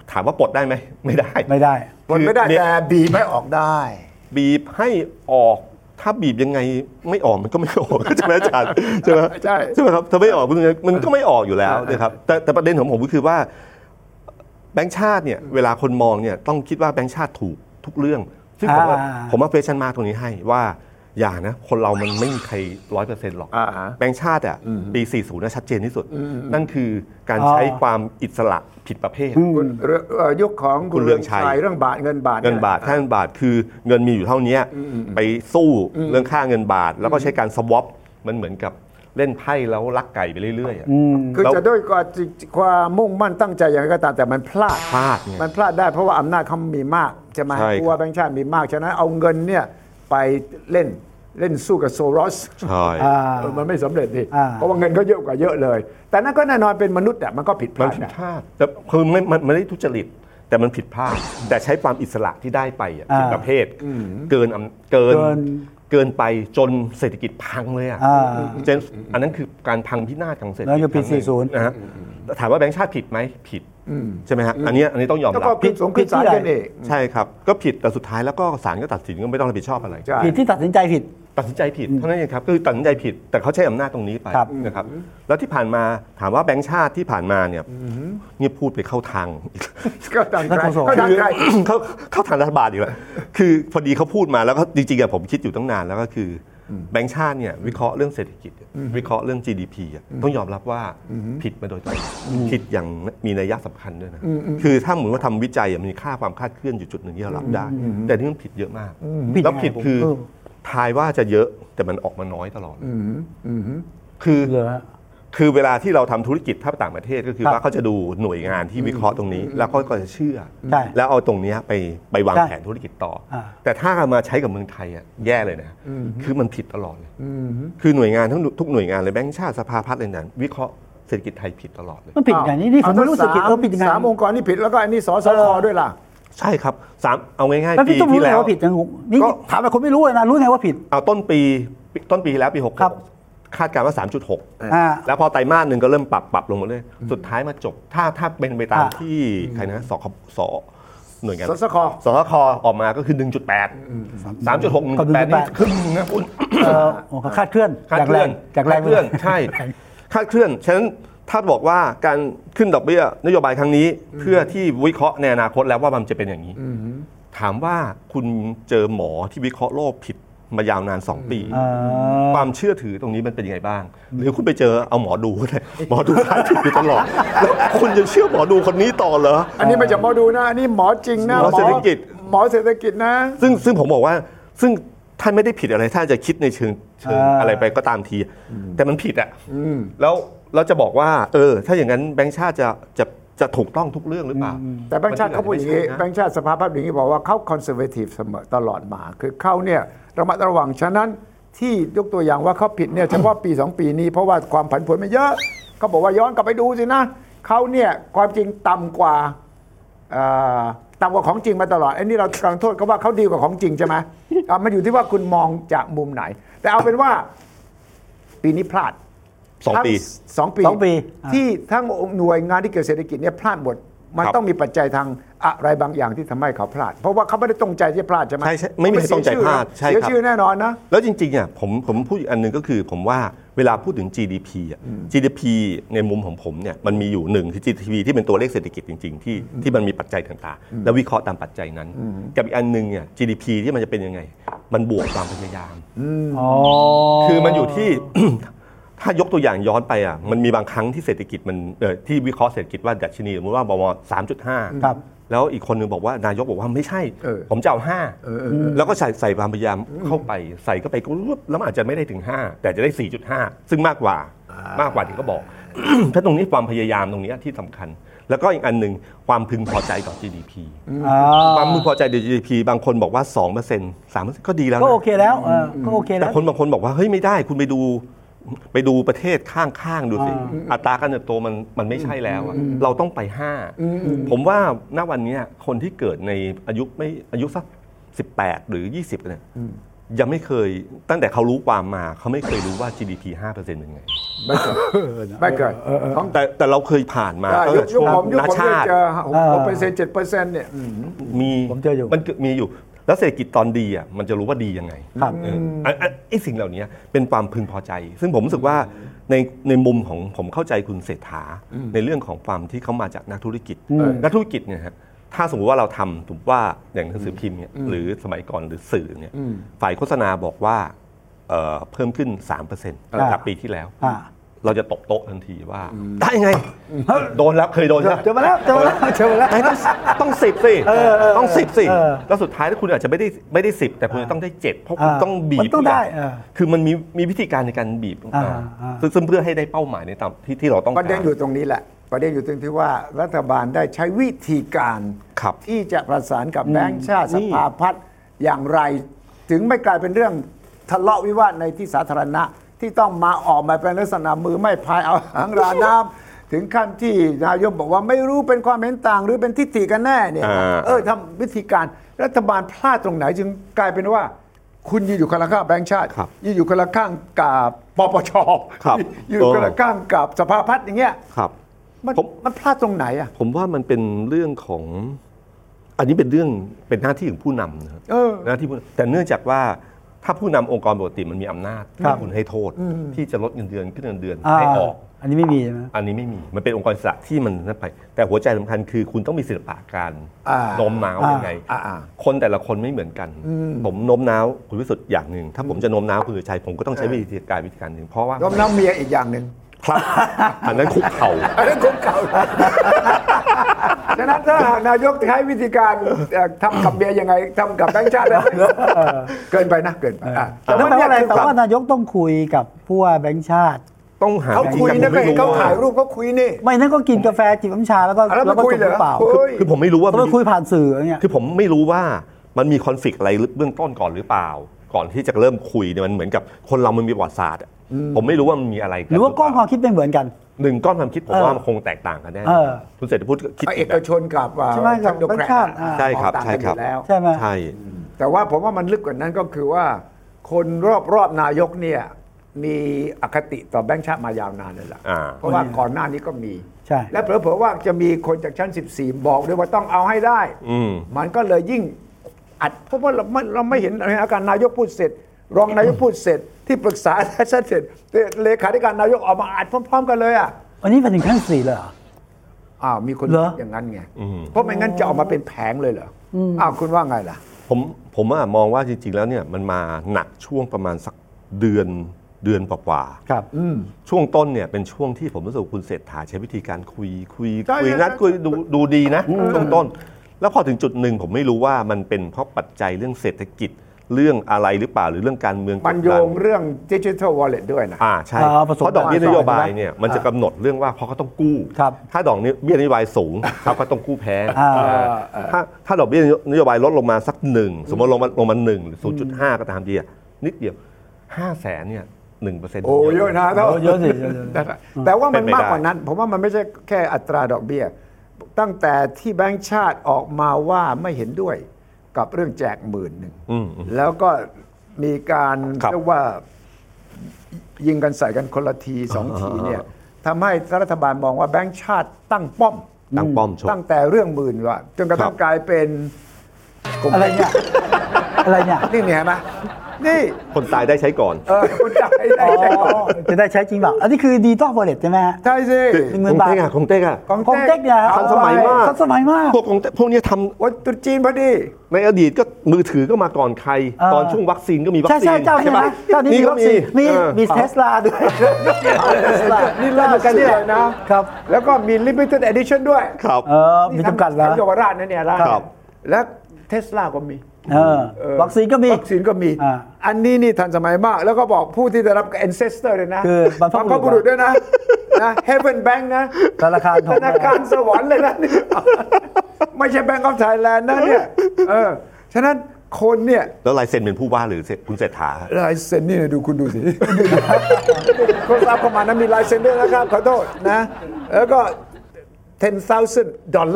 ถามว่าปลดได้ไหมไม่ได้ไม่ได้ปลดไม่ได้แต่บีบไม่ออกได้บีบให้ออกถ้าบีบยังไงไม่ออกมันก็ไม่ออกใช่ไหมอาจารย์ใช่ไหมใช่ใช่ไหมครับถ้าไม่ออกมันก็ไม่ออกอยู่แล้วนะครับแต่ประเด็นของผมก็คือว่าแบงก์ชาติเนี่ยเวลาคนมองเนี่ยต้องคิดว่าแบงก์ชาติถูกทุกเรื่องซึ่งผมว่าเฟชั่นมากตรงนี้ให้ว่าอย่านะคนเรามันไม่มีใคร 100% หรอกแบงก์ชาติอ่ะปี 40 น่ะชัดเจนที่สุดนั่นคือการใช้ความอิสระผิดประเภทยุคของคุณเรืองชัยเรื่องบาทเงินบาทค่าเงินบาทคือเงินมีอยู่เท่านี้ไปสู้เรื่องค่าเงินบาทแล้วก็ใช้การสวอปมันเหมือนกับเล่นไพ่แล้วลักไก่ไปเรื่อยๆคือจะด้วยความมุ่งมั่นตั้งใจอย่างไรก็ตามแต่มันพลาดมันพลาดได้เพราะว่าอำนาจเขามีมากใช่ไหมตัวแบงก์ชาติมีมากฉะนั้นเอาเงินเนี่ยไปเล่นสู้กับโซรอสใช่มันไม่สำเร็จดิเพราะว่าเงินเขาเยอะกว่าเยอะเลยแต่นั่นก็แน่นอนเป็นมนุษย์แต่มันก็ผิดพลาดแต่คือมันไม่ได้ทุจริตแต่มันผิดพลาดแต่ใช้ความอิสระที่ได้ไปผิดประเภทเกินไปจนเศรษฐกิจพังเลยอันนั้นคือการพังพินาศของเศรษฐกิจแล้วปี 40 นะฮะถามว่าแบงก์ชาติผิดไหมผิดใช่ไหมฮะอันนี้ต้องยอมรับผิดสงขึ้นศาลกันเองใช่ครับก็ผิดแต่สุดท้ายแล้วก็ศาลก็ตัดสินก็ไม่ต้องรับผิดชอบอะไรผิดที่ตัดสินใจผิดเท่านั้นเองครับคือตัดสินใจผิดแต่เขาใช้อำนาจตรงนี้ไปนะครับแล้วที่ผ่านมาถามว่าแบงก์ชาติที่ผ่านมาเนี่ยนี่พูดไปเข้าทางเข้าทางรัฐบาลอีกแล้วคือพอดีเขาพูดมาแล้วก็จริงๆผมคิดอยู่ตั้งนานแล้วก็คือแบงก์ชาติเนี่ยวิเคราะห์เรื่องเศรษฐกิจวิเคราะห์เรื่อง GDP ต้องยอมรับว่าผิดมาโดยตลอดผิดอย่างมีนัยสำคัญด้วยนะคือถ้าเหมือนว่าทำวิจัยมันมีค่าความคาดเคลื่อนอยู่จุดหนึ่งที่เรารับได้แต่นี่มันผิดเยอะมากแล้วผิดคือทายว่าจะเยอะแต่มันออกมาน้อยตลอดคือเวลาที่เราทำธุรกิจถ้าต่างประเทศก็คือว่าเขาจะดูหน่วยงานที่วิเคราะห์ตรงนี้แล้วก็จะเชื่อแล้วเอาตรงนี้ไปวางแผนธุรกิจต่อแต่ถ้ามาใช้กับเมืองไทยแย่เลยนะคือมันผิดตลอดเลยคือหน่วยงานทุกหน่วยงานเลยแบงก์ชาติสภาพัฒน์อะไรนั้นวิเคราะห์เศรษฐกิจไทยผิดตลอดเลยมันผิดอย่างนี้ผมไม่รู้เศรษฐกิจผิดยังไง 3 องค์กรนี่ผิดแล้วก็อันนี้สสคด้วยล่ะใช่ครับเอาง่ายๆปีที่แล้วผิดจังนี่ถามแต่คนไม่รู้เลยนะรู้ไงว่าผิดเอาต้นปีแล้วปี66คาดการณ์ว่า 3.6 แล้วพอไตรมาสหนึ่งก็เริ่มปรับลงมาเลยสุดท้ายมาจบถ้าเป็นไปตามที่ใครนะหน่วยงานสสคออกมาก็คือ 1.8 3.6 1.8 นี่ครึ่งนะคุณคาดเคลื่อนจากแรงใช่คาดเคลื่อนฉะนั้นถ้าบอกว่าการขึ้นดอกเบี้ยนโยบายครั้งนี้เพื่อที่วิเคราะห์ในอนาคตแล้วว่ามันจะเป็นอย่างนี้ถามว่าคุณเจอหมอที่วิเคราะห์โรคผิดมายาวนาน2 ปีความเชื่อถือตรงนี้มันเป็นยังไงบ้างหรือคุณไปเจอเอาหมอดูเลยหมอดูขายผิดอยู่ตลอดแล้วคุณจะเชื่อหมอดูคนนี้ต่อเหรออันนี้ไม่ใช่หมอดูนะอันนี้หมอจริงนะหมอเศรษฐกิจนะซึ่งผมบอกว่าซึ่งท่านไม่ได้ผิดอะไรท่านจะคิดในเชิงอะไรไปก็ตามทีแต่มันผิดแล้วเราจะบอกว่าถ้าอย่างนั้นแบงก์ชาติจะถูกต้องทุกเรื่องหรือเปล่าแต่แบงก์ชาติเขาพูดอย่างนี้แบงก์ชาติสภาพัฒน์อย่างนี้บอกว่าเขาคอนเซอร์เวทีฟเสมอตลอดมาคือเขาเนี่ยระมัดระวังฉะนั้นที่ยกตัวอย่างว่าเขาผิดเนี่ยเฉพาะปี2 ปีนี้เพราะว่าความผันผวนมันเยอะเขาบอกว่าย้อนกลับไปดูสินะเขาเนี่ยความจริงต่ำกว่าของจริงมาตลอดไอ้นี่เรากำลังโทษเขาว่าเขาดีกว่าของจริงใช่ไหมมันอยู่ที่ว่าคุณมองจากมุมไหนแต่เอาเป็นว่าปีนี้พลาด 2 ปีที่ทั้งหน่วยงานที่เกี่ยวเศรษฐกิจเนี่ยพลาดหมดมันต้องมีปัจจัยทางอะไรบางอย่างที่ทำให้เขาพลาดเพราะว่าเขาไม่ได้ตรงใจที่พลาดใช่ไหมใช่ไม่มีใครตรงใจพลาดใช่ครับเสียชื่อแน่นอนนะแล้วจริงๆผมพูดอีกอันนึงก็คือผมว่าเวลาพูดถึง GDP ในมุมของผมเนี่ยมันมีอยู่1คือ GDP ที่เป็นตัวเลขเศรษฐกิจจริงๆที่มันมีปัจจัยต่างๆแล้ววิเคราะห์ตามปัจจัยนั้นกับอีกอันนึงเนี่ย GDP ที่มันจะเป็นยังไงมันบวกความพยายามคือมันอยู่ที่ ถ้ายกตัวอย่างย้อนไปมันมีบางครั้งที่เศรษฐกิจมันที่วิเคราะห์เศรษฐกิจว่าดัชนีสมมติว่าบอกว่า 3.5 ครับแล้วอีกคนนึงบอกว่านายกบอกว่าไม่ใช่ผมจะเอา5แล้วก็ใส่ความพยายามเข้าไปใส่เข้าไปแล้วมันอาจจะไม่ได้ถึง5แต่จะได้ 4.5 ซึ่งมากกว่าที่เขาบอก ถ้าตรงนี้ความพยายามตรงนี้ที่สำคัญแล้วก็อีกอันนึงความพึงพอใจต่อ GDP ความพึงพอใจต่อ GDP บางคนบอกว่า 2% 3% ก็ดีแล้วก็โอเคแล้วก็โอเคแล้วแต่คนบางคนบอกว่าเฮ้ยไม่ได้คุณไปดูประเทศข้างๆดูสิอัตราการเติบโตมันไม่ใช่แล้วเราต้องไป5ผมว่าณวันนี้คนที่เกิดในอายุสัก18หรือ20เนี่ยยังไม่เคยตั้งแต่เขารู้ความมาเขาไม่เคยรู้ว่า GDP 5% เป็นไงไม่เกิดไม่เกิดของแต่เราเคยผ่านมาตั้งแต่ยุช่ควงผมยุคนาผมชาติเจอ6% 7%เนี่ยมีผมเจออยู่มันมีอยู่แล้วเศรษฐกิจตอนดีอ่ะมันจะรู้ว่าดียังไงครับไอ้สิ่งเหล่านี้เป็นความพึงพอใจ ซึ่งผมรู้สึกว่าในมุมของผมเข้าใจคุณเศรษฐาในเรื่องของความที่เขามาจากนักธุรกิจนักธุรกิจเนี่ยฮะถ้าสมมติว่าเราทำถูกว่าอย่างหนังสือพิมพ์เนี่ยหรือสมัยก่อนหรือสื่อเนี่ยฝ่ายโฆษณาบอกว่าเพิ่มขึ้น 3% จากปีที่แล้ว เราจะตบโต๊ะทันทีว่าได้ไงโดนแล้วเคยโดนใช่ไหมเจอมาแล้วต้อง10สิต้อง10สิแล้วสุดท้ายถ้าคุณอาจจะไม่ได้10แต่คุณจะต้องได้7เพราะคุณต้องบีบมันต้องได้คือมันมีวิธีการในการบีบซึ่งเพื่อให้ได้เป้าหมายในตามที่เราต้องการประเด็นอยู่ตรงนี้แหละประเด็นอยู่ตรงที่ว่ารัฐบาลได้ใช้วิธีการที่จะประสานกับแบงก์ชาติสภาพัฒน์อย่างไรถึงไม่กลายเป็นเรื่องทะเลาะวิวาทในที่สาธารณะที่ต้องมาออกมาเป็นลักษณะมือไม่พายเอาหางราน้ำถึงขั้นที่นายกบอกว่าไม่รู้เป็นความเห็นต่างหรือเป็นทิฏฐิกันแน่เนี่ยทำวิธีการรัฐบาลพลาดตรงไหนจึงกลายเป็นว่าคุณยืนอยู่คนละข้างแบงก์ชาติยืนอยู่คนละข้างกับปปชยืนคนละข้างกับสภาพัฒน์อย่างเงี้ยมันพลาดตรงไหนอ่ะผมว่ามันเป็นเรื่องของอันนี้เป็นหน้าที่ของผู้นำนะครับหน้าที่แต่เนื่องจากว่าถ้าผู้นำองค์กรปกติมันมีอำนาจคุณให้โทษที่จะลดเงินเดือนขึ้นเงินเดือนให้ออกอันนี้ไม่มีใช่ไหมอันนี้ไม่มีมันเป็นองค์กรอิสระที่มันนั่นไปแต่หัวใจสำคัญคือคุณต้องมีศิลปะการโน้มน้าวยังไงคนแต่ละคนไม่เหมือนกันผมโน้มน้าวคุณวิสุทธิ์อย่างหนึ่งถ้าผมจะโน้มน้าวคุณสุรชัยผมก็ต้องใช้วิธีการหนึ่งเพราะว่าโน้มน้าวเมียอีกอย่างหนึ่งครับอันนั้นคุกเข่าอันนั้นคุกเข่าฉะนั้นถ้านายกใช้วิธีการทำกับเมียยังไงทำกับแบงค์ชาติเกินไปนะเกินไปแต่ว่าอะไรแต่ว่านายกต้องคุยกับผู้ว่าแบงค์ชาติต้องหาเขาคุยนะเขาถ่ายรูปเขาคุยนี่ไม่นั่นก็กินกาแฟจิบน้ำชาแล้วก็คุยหรือเปล่าคือผมไม่รู้ว่าเขาคุยผ่านสื่อเนี่ยคือผมไม่รู้ว่ามันมีคอนฟลิกต์อะไรเบื้องต้นก่อนหรือเปล่าก่อนที่จะเริ่มคุยเนี่ยมันเหมือนกับคนเรามันมีประวัติศาสตร์ผมไม่รู้ว่ามันมีอะไรหรือว่าก้อนความคิดไม่เหมือนกันก้อนความคิดผมว่ามันคงแตกต่างกันแน่คุณเศรษฐพูดคิดเอกชนกับใช่ไหมกับแบงค์ชาติใช่ครับใช่ครับใช่ไหมใช่แต่ว่าผมว่ามันลึกกว่านั้นก็คือว่าคนรอบนายกเนี่ยมีอคติต่อแบงค์ชาติมายาวนานเลยล่ะเพราะว่าก่อนหน้านี้ก็มีและเผลอๆว่าจะมีคนจากชั้น14บอกด้วยว่าต้องเอาให้ได้มันก็เลยยิ่งอัดเพราะว่าเราไม่เห็นอาการนายกพูดเสร็จรองนายกพูดเสร็จที่ปรึกษาเสร็จเลขาธิการนายกออกมาอัดพร้อมๆกันเลยอ่ะวันนี้ไปถึงขั้น4เลยเหรอมีคนอย่างนั้นไงเพราะไม่งั้นจะออกมาเป็นแผงเลยเหรอคุณว่าไงล่ะผมมองว่าจริงๆแล้วเนี่ยมันมาหนักช่วงประมาณสักเดือนกว่าๆครับช่วงต้นเนี่ยเป็นช่วงที่ผมรู้สึกคุณเศรษฐาใช้วิธีการคุยนัดคุยดูดีนะช่วงต้นแล้วพอถึงจุดหนึ่งผมไม่รู้ว่ามันเป็นเพราะปัจจัยเรื่องเศรษฐกิจเรื่องอะไรหรือเปล่าหรือเรื่องการเมืองมันโยงเรื่อง Digital Wallet ด้วยนะใช่เพราะดอกเบี้ยนโยบายเนี่ยมันจะกำหนดเรื่องว่าเพราะเขาต้องกู้ถ้าดอกเบี้ยนโยบายสูงเขาก็ต้องกู้แพงถ้าดอกเบี้ยนโยบายลดลงมาสัก1สมมติลงมา1หรือ 0.5 ก็ตามทีนิดเดียว 500,000 เนี่ย 1% โอ้เยอะนะเยอะสิแต่ว่ามันมากกว่านั้นผมว่ามันไม่ใช่แค่อัตราดอกเบี้ยตั้งแต่ที่แบงก์ชาติออกมาว่าไม่เห็นด้วยกับเรื่องแจก10,000แล้วก็มีการเรียกว่ายิงกันใส่กันคนละที2ทีเนี่ยทำให้รัฐบาลมองว่าแบงก์ชาติตั้งป้อมตั้งแต่เรื่อง10,000ว่าจนกระทั่งกลายเป็นอะไรเนี่ยนี่เห็นไหมนี่คนตายได้ใช้ก่อนคนตายได้ใช้ก่อนจะได้ใช้จริงเปล่าอันนี้คือดิจิตอลวอลเล็ตใช่ไหมฮะใช่สิ 10,000 บาทของเต็กเนี่ยทันสมัยมากพวกนี้ทำวันตรุษจีนพอดีในอดีตก็มือถือก็มาก่อนใครตอนช่วงวัคซีนก็มีวัคซีนใช่เจ้าใช่ไหมเจ้านี้มีเทสลาด้วยนี่ล่ากันนี่นะครับแล้วก็มี limited edition ด้วยครับมีจำกัดแล้วเยาวราชนั่นเนี่ยร้านและเทสลาก็มีวัคซีนก็มีอันนี้นี่ทันสมัยมากแล้วก็บอกผู้ที่ได้รับ ancestor เลยนะคือบรรพบุรุษด้วยนะ Heaven Bank นะธนาคารสวรรค์เลยนะไม่ใช่ Bank of Thailand นะเนี่ยฉะนั้นคนเนี่ยแล้วลายเซ็นเป็นผู้ว่าหรือคุณเศรษฐาลายเซ็นนี่ดูคุณดูสิคนทราบประมาณนั้นมีลายเซ็นด้วยนะครับขอโทษนะแล้วก็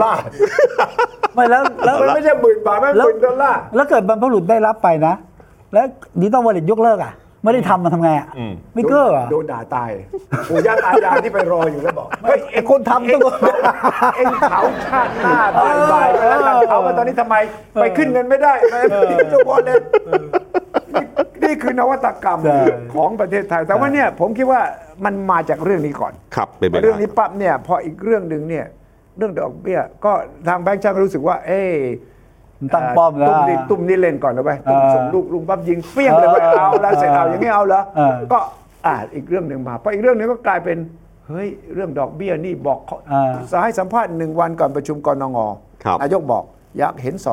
$10,000ไม่แล้วไม่ใช่10,000 บาทไม่$10,000 แล้วเกิดบรรพบุรุษได้รับไปนะแล้วดิจิตอลวอลเล็ตยกเลิกอ่ะไม่ได้ทำมาทำไงอ่ะไม่เกอร์เหรอโดนด่าตายปู่ย่าตายายที่ไปรออยู่แล้วบอกเฮ้ยไอ้คนทำต้องเอ็งเขาชาติหน้าบ่ายแล้วเขามาตอนนี้ทำไมไปขึ้นเงินไม่ได้ทุกคนเลยนี่คือนวัตกรรมของประเทศไทยแต่ว่าเนี่ยผมคิดว่ามันมาจากเรื่องนี้ก่อนครับเป็นไปได้เรื่องนี้ปั๊บเนี่ยพออีกเรื่องหนึ่งเนี่ยเรื่องดอกเบี้ยก็ทางแบงก์ชาติก็รู้สึกว่าตั้งป้อมแล้วตุ้มนี่เล่นก่อนนะไปตุ้มส่งลูกลุงปั๊บยิงเปี้ยงเลยไปเอาแล้วเสร็จเอาอย่างนี้เอาเหรอก็อีกเรื่องหนึ่งมาพออีกเรื่องหนึ่งก็กลายเป็นเฮ้ยเรื่องดอกเบี้ยนี่บอกให้สัมภาษณ์1 วันก่อนประชุมกนง.นายกบอกอยากเห็น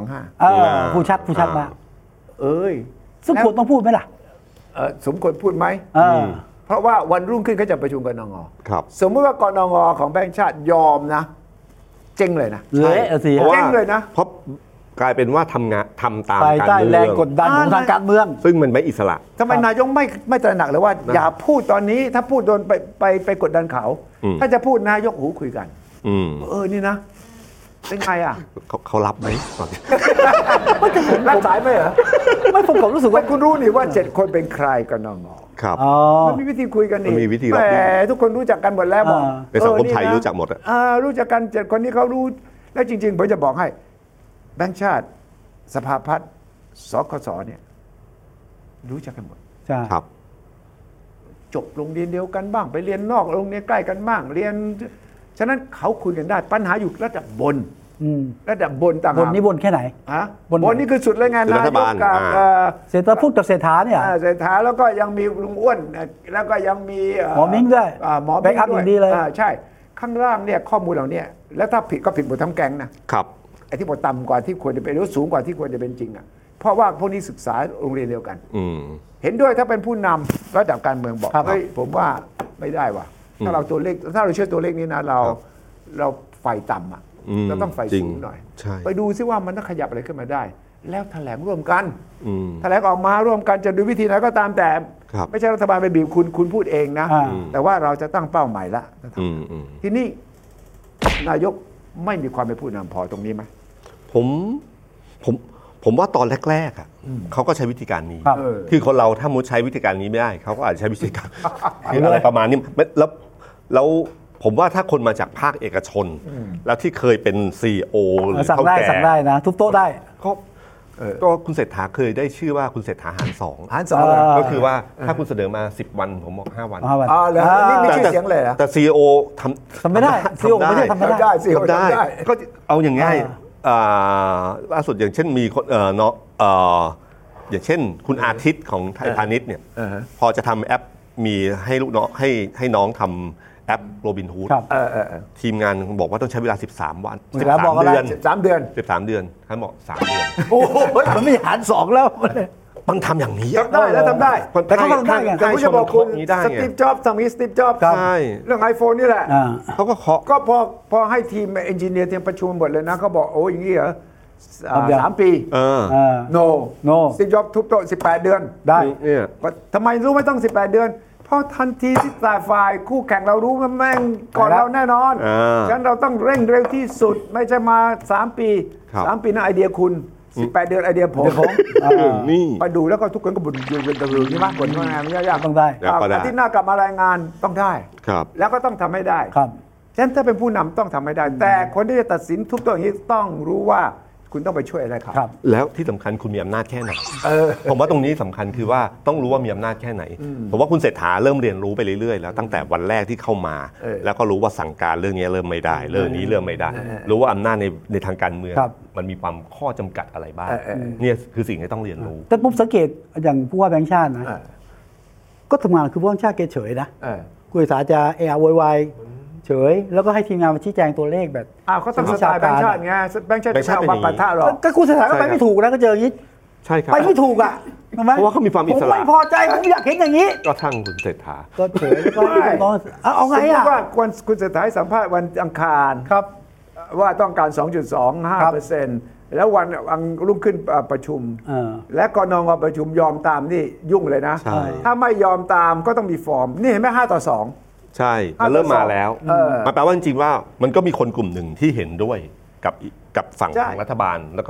2.25 ผู้ชัดมากสมควรต้องพูดไหมล่ะสมควรพูดไหมเพราะว่าวันรุ่งขึ้นเขาจะประชุมกนง.สมมติว่ากนง.ของแบงก์ชาติยอมนะเจ๊งเลยนะเจ๊งเลยนะเพราะกลายเป็นว่าทำตามการเมืองแรงกดดันของทางการเมืองซึ่งมันไม่อิสระทำไมนายกไม่ตระหนักเลยว่าอย่าพูดตอนนี้ถ้าพูดโดนไปกดดันเขาถ้าจะพูดนายกหูคุยกันนี่นะเป็นไงอ่ะเขารับไหมรับสายไหมเหรอไม่ผมรู้สึกว่าคุณรู้นี่ว่า7 คนเป็นใครกนง. ครับมันมีวิธีคุยกันนี่มีวิธีแต่ทุกคนรู้จักกันหมดแล้วบอกในสังคมไทยรู้จักหมดรู้จักกัน7 คนนี้เขารู้แล้วจริงๆผมจะบอกให้แบงก์ชาติสภาพัฒน์สคสเนี่ยรู้จักกันหมดใช่ครับจบโรงเรียนเดียวกันบ้างไปเรียนนอกโรงเรียนใกล้กันบ้างเรียนฉะนั้นเขาคุยกันได้ปัญหาอยู่ระดับบนต่างบนนี้บนแค่ไหนบนนี่คือสุดเลยไงนายกกับเศรษฐาพูดกับเศรษฐาเนี่ยเศรษฐาแล้วก็ยังมีลุงอ้วนแล้วก็ยังมีหมอมิ้งด้วยหมอมิ้งด้วยใช่ข้างล่างเนี่ยข้อมูลเหล่านี้แล้วถ้าผิดก็ผิดหมดทั้งแก๊งนะครับไอ้ที่บอกต่ำกว่าที่ควรจะเป็นหรือสูงกว่าที่ควรจะเป็นจริงอ่ะเพราะว่าพวกนี้ศึกษาโรงเรียนเดียวกันเห็นด้วยถ้าเป็นผู้นำระดับการเมืองบอกเฮ้ยผมว่าไม่ได้ว่ะถ้าเราตัวเลขถ้าเราเชื่อตัวเลขนี้นะเราไฟต่ำอ่ะเราต้องไฟสูงหน่อยไปดูซิว่ามันต้องขยับอะไรขึ้นมาได้แล้วแถลงร่วมกันแถลงออกมาร่วมกันจะดูวิธีไหนก็ตามแต่ไม่ใช่รัฐบาลไปบีบคุณพูดเองนะแต่ว่าเราจะตั้งเป้าหมายละทีนี้นายกไม่มีความเป็นผู้นำพอตรงนี้ไหมผมว่าตอนแรกๆเขาก็ใช้วิธีการนี้คือคนเราถ้ามุดใช้วิธีการนี้ไม่ได้เขาก็อาจจะใช้วิธีการอะไรประมาณนี้แล้วผมว่าถ้าคนมาจากภาคเอกชนแล้วที่เคยเป็น CEO หรือเขาแก่สั่งได้นะทุบโต๊ะได้ก็คุณเศรษฐาเคยได้ชื่อว่าคุณเศรษฐาหาร2ก็คือว่าถ้าคุณเสนอมา10 วันผมบอก5 วันแล้วนี่มีชื่อเสียงเลยแต่ CEO ทำไม่ได้ CEO ไม่ใช่ทำไม่ได้ก็เอาอย่างง่ายล่าสุดอย่างเช่นมีคนอย่างเช่นคุณอาทิตย์ของไทยพาณิชย์เนี่ยพอจะทำแอปมีให้ลูกน้องให้น้องทำแอปโรบินฮูดทีมงานบอกว่าต้องใช้เวลา13 วัน 13 เดือน13 เดือนท่านบอก3 เดือนโอ้ยมันไม่หาร2แล้วมันทำอย่างนี้ทำได้แล้วทำได้แต่เขาทำได้ไงแต่ผมจะบอกคุณสตีฟจ็อบส์ทำนี้สตีฟจ็อบส์ใช่เรื่อง iPhone นี่แหละเขาก็ก็พอให้ทีมเอนจิเนียร์ทีมประชุมหมดเลยนะเขาบอกโอ้ยอย่างนี้เหรอ3 ปีno สตีฟจ็อบส์ทุบโต๊ะ18 เดือนได้ทำไมรู้ไม่ต้อง18 เดือนเพราะทันทีที่แต่ฝ่ายคู่แข่งเรารู้มันแม่งก่อนเราแน่นอนฉะนั้นเราต้องเร่งเร็วที่สุดไม่ใช่มา3 ปี3 ปีนั่นไอเดียคุณ18 เดือนไอเดียผมนี่ไปดูแล้วก็ทุกคนก็บ่นอยู่เป็นตะลึงนี่มากกว่านี้ไม่ยากต้องได้อาทิตย์หน้ากลับมารายงานต้องได้แล้วก็ต้องทำให้ได้ฉะนั้นถ้าเป็นผู้นำต้องทำให้ได้แต่คนที่จะตัดสินทุกตัวอย่างนี้ต้องรู้ว่าคุณต้องไปช่วยอะไรครับแล้วที่สำคัญคุณมีอำนาจแค่ไหนผมว่าตรงนี้สำคัญคือว่าต้องรู้ว่ามีอำนาจแค่ไหนผมว่าคุณเศรษฐาเริ่มเรียนรู้ไปเรื่อยๆแล้วตั้งแต่วันแรกที่เข้ามาแล้วก็รู้ว่าสั่งการเรื่องนี้เริ่มไม่ได้เรื่องนี้เริ่มไม่ได้รู้ว่าอำนาจในทางการเมืองมันมีความข้อจำกัดอะไรบ้างเนี่ยคือสิ่งที่ต้องเรียนรู้แต่ผมสังเกตอย่างผู้ว่าแบงค์ชาตินะก็ทำงานคือผู้ว่าแบงค์ชาติเฉยนะคุณเศรษฐาจะโวยวายเฉยแล้วก็ให้ทีมงานมาชี้แจงตัวเลขแบบเขาต้องสไตล์แบงค์ชาติไงแบงค์ชาติจะมาปะทะหรอก็คุณเศรษฐาก็ไปไม่ถูกนะก็เจออย่างนี้ใช่ครับไปไม่ถูกเพราะว่าเขามีความอิสระผมไม่พอใจผมอยากเห็นอย่างนี้ก็ทั้งคุณเศรษฐาก็เฉยก็เอาไงว่าคุณเศรษฐาสัมภาษณ์วันอังคารครับว่าต้องการ 2.25% แล้ววันรุ่งขึ้นประชุมและกนงประชุมยอมตามนี่ยุ่งเลยนะถ้าไม่ยอมตามก็ต้องมีฟอร์มนี่เห็นไหม5-2 ใช่มันเริ่มมาแล้วมันแปลว่าจริงๆว่ามันก็มีคนกลุ่มหนึ่งที่เห็นด้วยกับฝั่งของรัฐบาลแล้วก็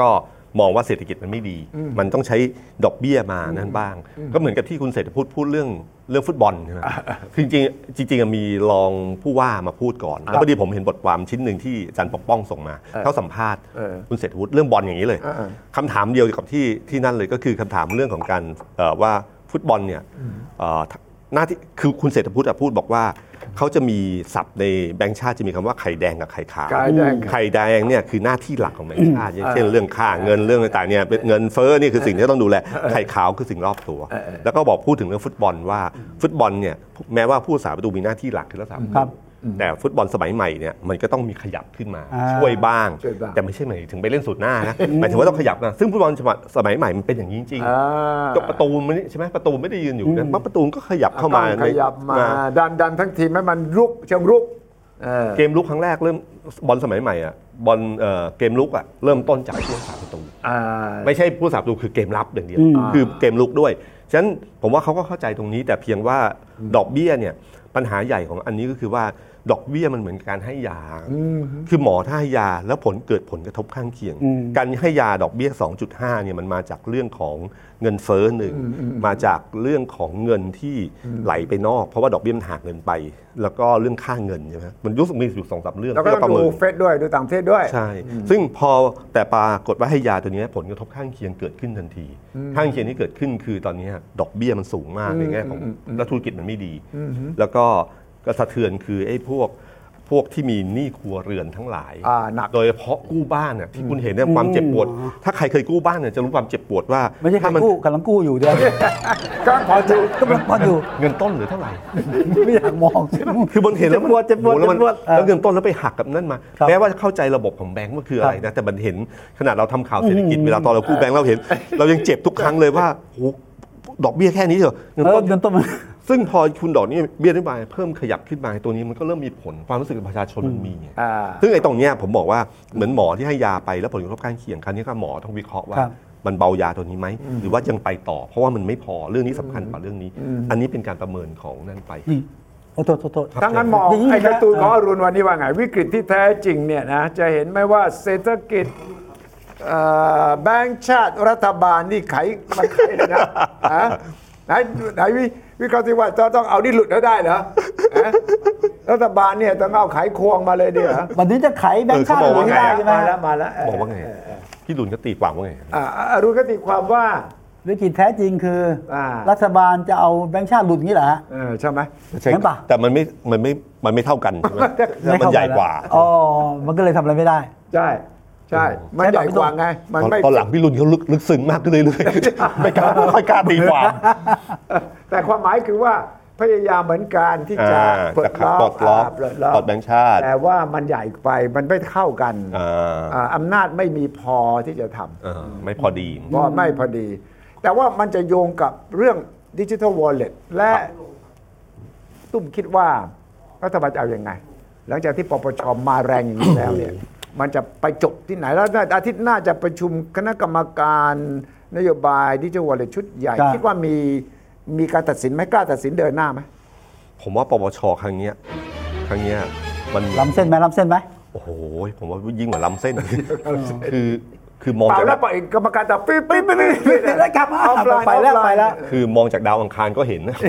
มองว่าเศรษฐกิจมันไม่ดี มันต้องใช้ดอกเบี้ยมานั่นบ้าง ก็เหมือนกับที่คุณเศรษฐพูดเรื่องฟุตบอลใช่ไหมคือจริงมีรองผู้ว่ามาพูดก่อนแล้วพอดีผมเห็นบทความชิ้นหนึ่งที่อาจารย์ปกป้องส่งมาเขาสัมภาษณ์คุณเศรษฐวุฒิเรื่องบอลอย่างนี้เลยคำถามเดียวกับที่นั่นเลยก็คือคำถามเรื่องของการว่าฟุตบอลเนี่ยหน้าที่คือคุณเศรษฐวุฒิพูดบอกว่าเขาจะมีศัพท์ในแบงก์ชาติจะมีคำว่าไข่แดงกับไข่ขาวไข่แดงเนี่ยคือหน้าที่หลักของแบงก์ชาติเช่นเรื่องค่าเงินเรื่องต่างๆเนี่ยเงินเฟ้อนี่คือสิ่งที่ต้องดูแลไข่ขาวคือสิ่งรอบตัวแล้วก็บอกพูดถึงเรื่องฟุตบอลว่าฟุตบอลเนี่ยแม้ว่าผู้รักษาประตูมีหน้าที่หลักคือรักษาประตูแต่ฟุตบอลสมัยใหม่เนี่ยมันก็ต้องมีขยับขึ้นมาช่วยบ้างแต่ไม่ใช่หมายถึงไปเล่นสุดหน้านะหมายถึงว่าต้องขยับนะซึ่งฟุตบอลสมัยใหม่มันเป็นอย่างนี้จริงๆก็ประตูมันใช่ไหมประตูไม่ได้ยืนอยู่นะประตูก็ขยับเข้ามาขยับมาดันทั้งทีมให้มันรุกเชิงรุกเกมลุกครั้งแรกเริ่มบอลสมัยใหม่อ่ะบอลเกมลุกอ่ะเริ่มต้นจากผู้รักษาประตูไม่ใช่ผู้รักษาประตูคือเกมรับอย่างเดียวคือเกมลุกด้วยฉะนั้นผมว่าเขาก็เข้าใจตรงนี้แต่เพียงว่าดอกเบี้ยเนี่ยปัญหาใหญ่ของอันนี้ก็คือว่าดอกเบี้ยมันเหมือนการให้ยาคือหมอถ้าให้ยาแล้วเกิดผลกระทบข้างเคียงการให้ยาดอกเบี้ย 2.5 เนี่ยมันมาจากเรื่องของเงินเฟ้อหนึ่งมาจากเรื่องของเงินที่ไหลไปนอกเพราะว่าดอกเบี้ยมันหักเงินไปแล้วก็เรื่องค่าเงินใช่ไหมมันรู้สึกมีอยู่ 2-3 เรื่องแล้วก็ต้องดูเฟดด้วยดูต่างประเทศด้วยใช่ซึ่งพอแต่ปรากฏว่าให้ยาตัวนี้ผลกระทบข้างเคียงเกิดขึ้นทันทีข้างเคียงที่เกิดขึ้นคือตอนนี้ดอกเบี้ยมันสูงมากในแง่ของและธุรกิจมันไม่ดีแล้วก็สะเทือนคือไอ้พวกที่มีหนี้ครัวเรือนทั้งหลายโดยเฉพาะกู้บ้านเนี่ยที่คุณเห็นเนี่ยความเจ็บปวดถ้าใครเคยกู้บ้านเนี่ยจะรู้ความเจ็บปวดว่าไม่ใช่กู้กำลังกู้อยู่เดี๋ยวกำลังพออยู่เงินต้นหรือเท่าไหร่ไม่อยากมองคือบนเห็นแล้วเจ็บปวดแล้วเงินต้นแล้วไปหักกับนั่นมาแม้ว่าเข้าใจระบบของแบงก์ว่าคืออะไรนะแต่มันเห็นขนาดเราทำข่าวเศรษฐกิจเวลาตอนเรากู้แบงก์เราเห็นเรายังเจ็บทุกครั้งเลยว่าดอกเบี้ยแค่นี้เหรอเงินต้นซึ่งพอคุณดอกนี้เบี้ยนโยบายเพิ่มขยับขึ้นมาตัวนี้มันก็เริ่มมีผลความรู้สึกของประชาชนมันมีซึ่งไอ้ตรงเนี้ยผมบอกว่าเหมือนหมอที่ให้ยาไปแล้วผลกระทบข้างเคียงครั้งนี้ก็หมอต้องวิเคราะห์ว่ามันเบายาตัวนี้ไหมหรือว่ายังไปต่อเพราะว่ามันไม่พอเรื่องนี้สำคัญกว่าเรื่องนี้อันนี้เป็นการประเมินของนั่นไปโอ้โทษทั้งนั้นมองไอ้การ์ตูนของอรุณวันนี้ว่าไงวิกฤตที่แท้จริงเนี่ยนะจะเห็นไหมว่าเศรษฐกิจแบงก์ชาติรัฐบาลนี่ไขเลยนะไหนวิเคราะห์สิว่าต้องเอานี่หลุดแล้วได้เหรอรัฐบาลเนี่ยต้องเอาไขควงมาเลยดิเหรอวันนี้จะไขแบงก์ชาติไม่ได้ใช่ไหมมาแล้วบอกว่าไงพี่ดุลก็ตีความว่าไงอรุณก็ตีความว่าวิกฤตแท้จริงคือรัฐบาลจะเอาแบงก์ชาติหลุดงี้เหรอฮะใช่ไหมใช่แต่มันไม่เท่ากันใช่ไหมมันใหญ่กว่าอ๋อมันก็เลยทำอะไรไม่ได้ใช่มันใหญ่กว่าไงมันไม่ตอนหลังพี่รุนเขาลึกซึ้งมากขึ้นเรื่อยๆไม่กล้าตีความแต่ความหมายคือว่าพยายามเหมือนกันที่จะปลดล็อกแบงก์ชาติแต่ว่ามันใหญ่ไปมันไม่เข้ากันอำนาจไม่มีพอที่จะทำไม่พอดีไม่พอดีแต่ว่ามันจะโยงกับเรื่องดิจิทัลวอลเล็ตและตุ้มคิดว่ารัฐบาลจะเอายังไงหลังจากที่ปปชมาแรงอย่างนี้แล้วเนี่ยมันจะไปจบที่ไหนแล้วอาทิตย์หน้าจะประชุมคณะกรรมการนโยบายดิจิทัลวอลเล็ตชุดใหญ่คิดว่ามีการตัดสินไหมกล้าตัดสินเดินหน้าไหมผมว่าปปชครั้งนี้มันล้ำเส้นไหมโอ้โหผมว่ายิ่งกว่าล้ำเส้นคือมองจากแล้วปล่อยกรรมการแต่ปิ๊บแล้วกลับไปแล้วคือมองจากดาวอังคารก็เห็นนะ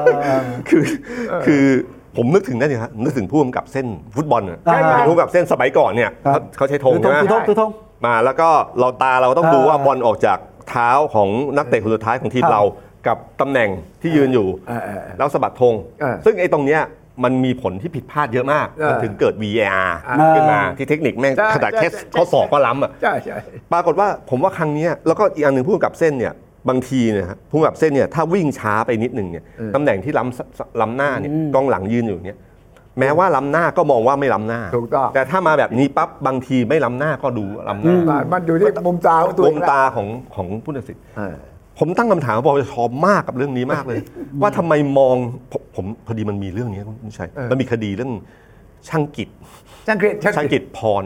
คือผมนึกถึงนั่นนี่ครับนึกถึงผู้กำกับเส้นฟุตบอลผู้กำกับเส้นสมัยก่อนเนี่ยเขาใช้ธงใช่ไหมมาแล้วก็เราต้องดูว่าบอลออกจากเท้าของนักเตะคนสุดท้ายของทีมเรากับตำแหน่งที่ยืนอยู่แล้วสะบัดธงซึ่งไอ้ตรงเนี้ยมันมีผลที่ผิดพลาดเยอะมากมันถึงเกิด VAR ขึ้นมาที่เทคนิคแม่งขนาดแค่ข้อศอกก็ล้ำอ่ะปรากฏว่าผมว่าครั้งนี้แล้วก็อีกอันหนึ่งผู้กำกับเส้นเนี่ยบางทีเนี่ยครับผู้กำกับเส้นเนี่ยถ้าวิ่งช้าไปนิดนึงเนี่ยตำแหน่งที่ล้ำหน้าเนี่ยกองหลังยืนอยู่เนี่ยแม้ว่าล้ำหน้าก็มองว่าไม่ล้ำหน้าแต่ถ้ามาแบบนี้ปั๊บบางทีไม่ล้ำหน้าก็ดูล้ำหน้ามันอยู่ที่มุมตาของผู้ตัดสินผมตั้งคำถามกับปปชมากกับเรื่องนี้มากเลยว่าทำไมมองผมพอดีมันมีเรื่องนี้คุณชัยมันมีคดีเรื่องช่างกิจพร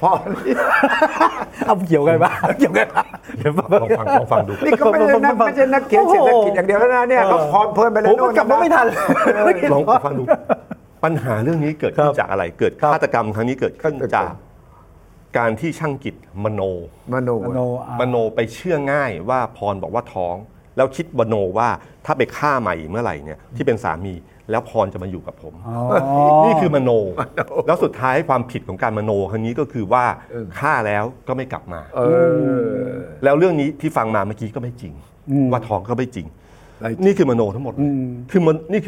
เอาเกี่ยวกันบ้างเดี๋ยวลองฟังดูนี่ก็ไม่ใช่นักเขียนเศรษฐกิจอย่างเดียวนะเนี่ยก็พรเพิ่มไปแล้วผมกลับไม่ทันลองฟังดูปัญหาเรื่องนี้เกิดขึ้นจากอะไรเกิดฆาตกรรมครั้งนี้เกิดขึ้นจากการที่ช่างกิจมโนมโนมโนไปเชื่อง่ายว่าพรบอกว่าท้อง แล้วคิดมโนว่าถ้าไปฆ่าใหม่เมื่อไหร่เนี่ยที่เป็นสามีแล้วพรจะมาอยู่กับผม นี่คือมโน แล้วสุดท้ายความผิดของการมโนครั้งนี้ก็คือว่าฆ่าแล้วก็ไม่กลับมาแล้วเรื่องนี้ที่ฟังมาเมื่อกี้ก็ไม่จริงว่าท้องก็ไม่จริงนี่คือมโนทั้งหมดคือมันนี่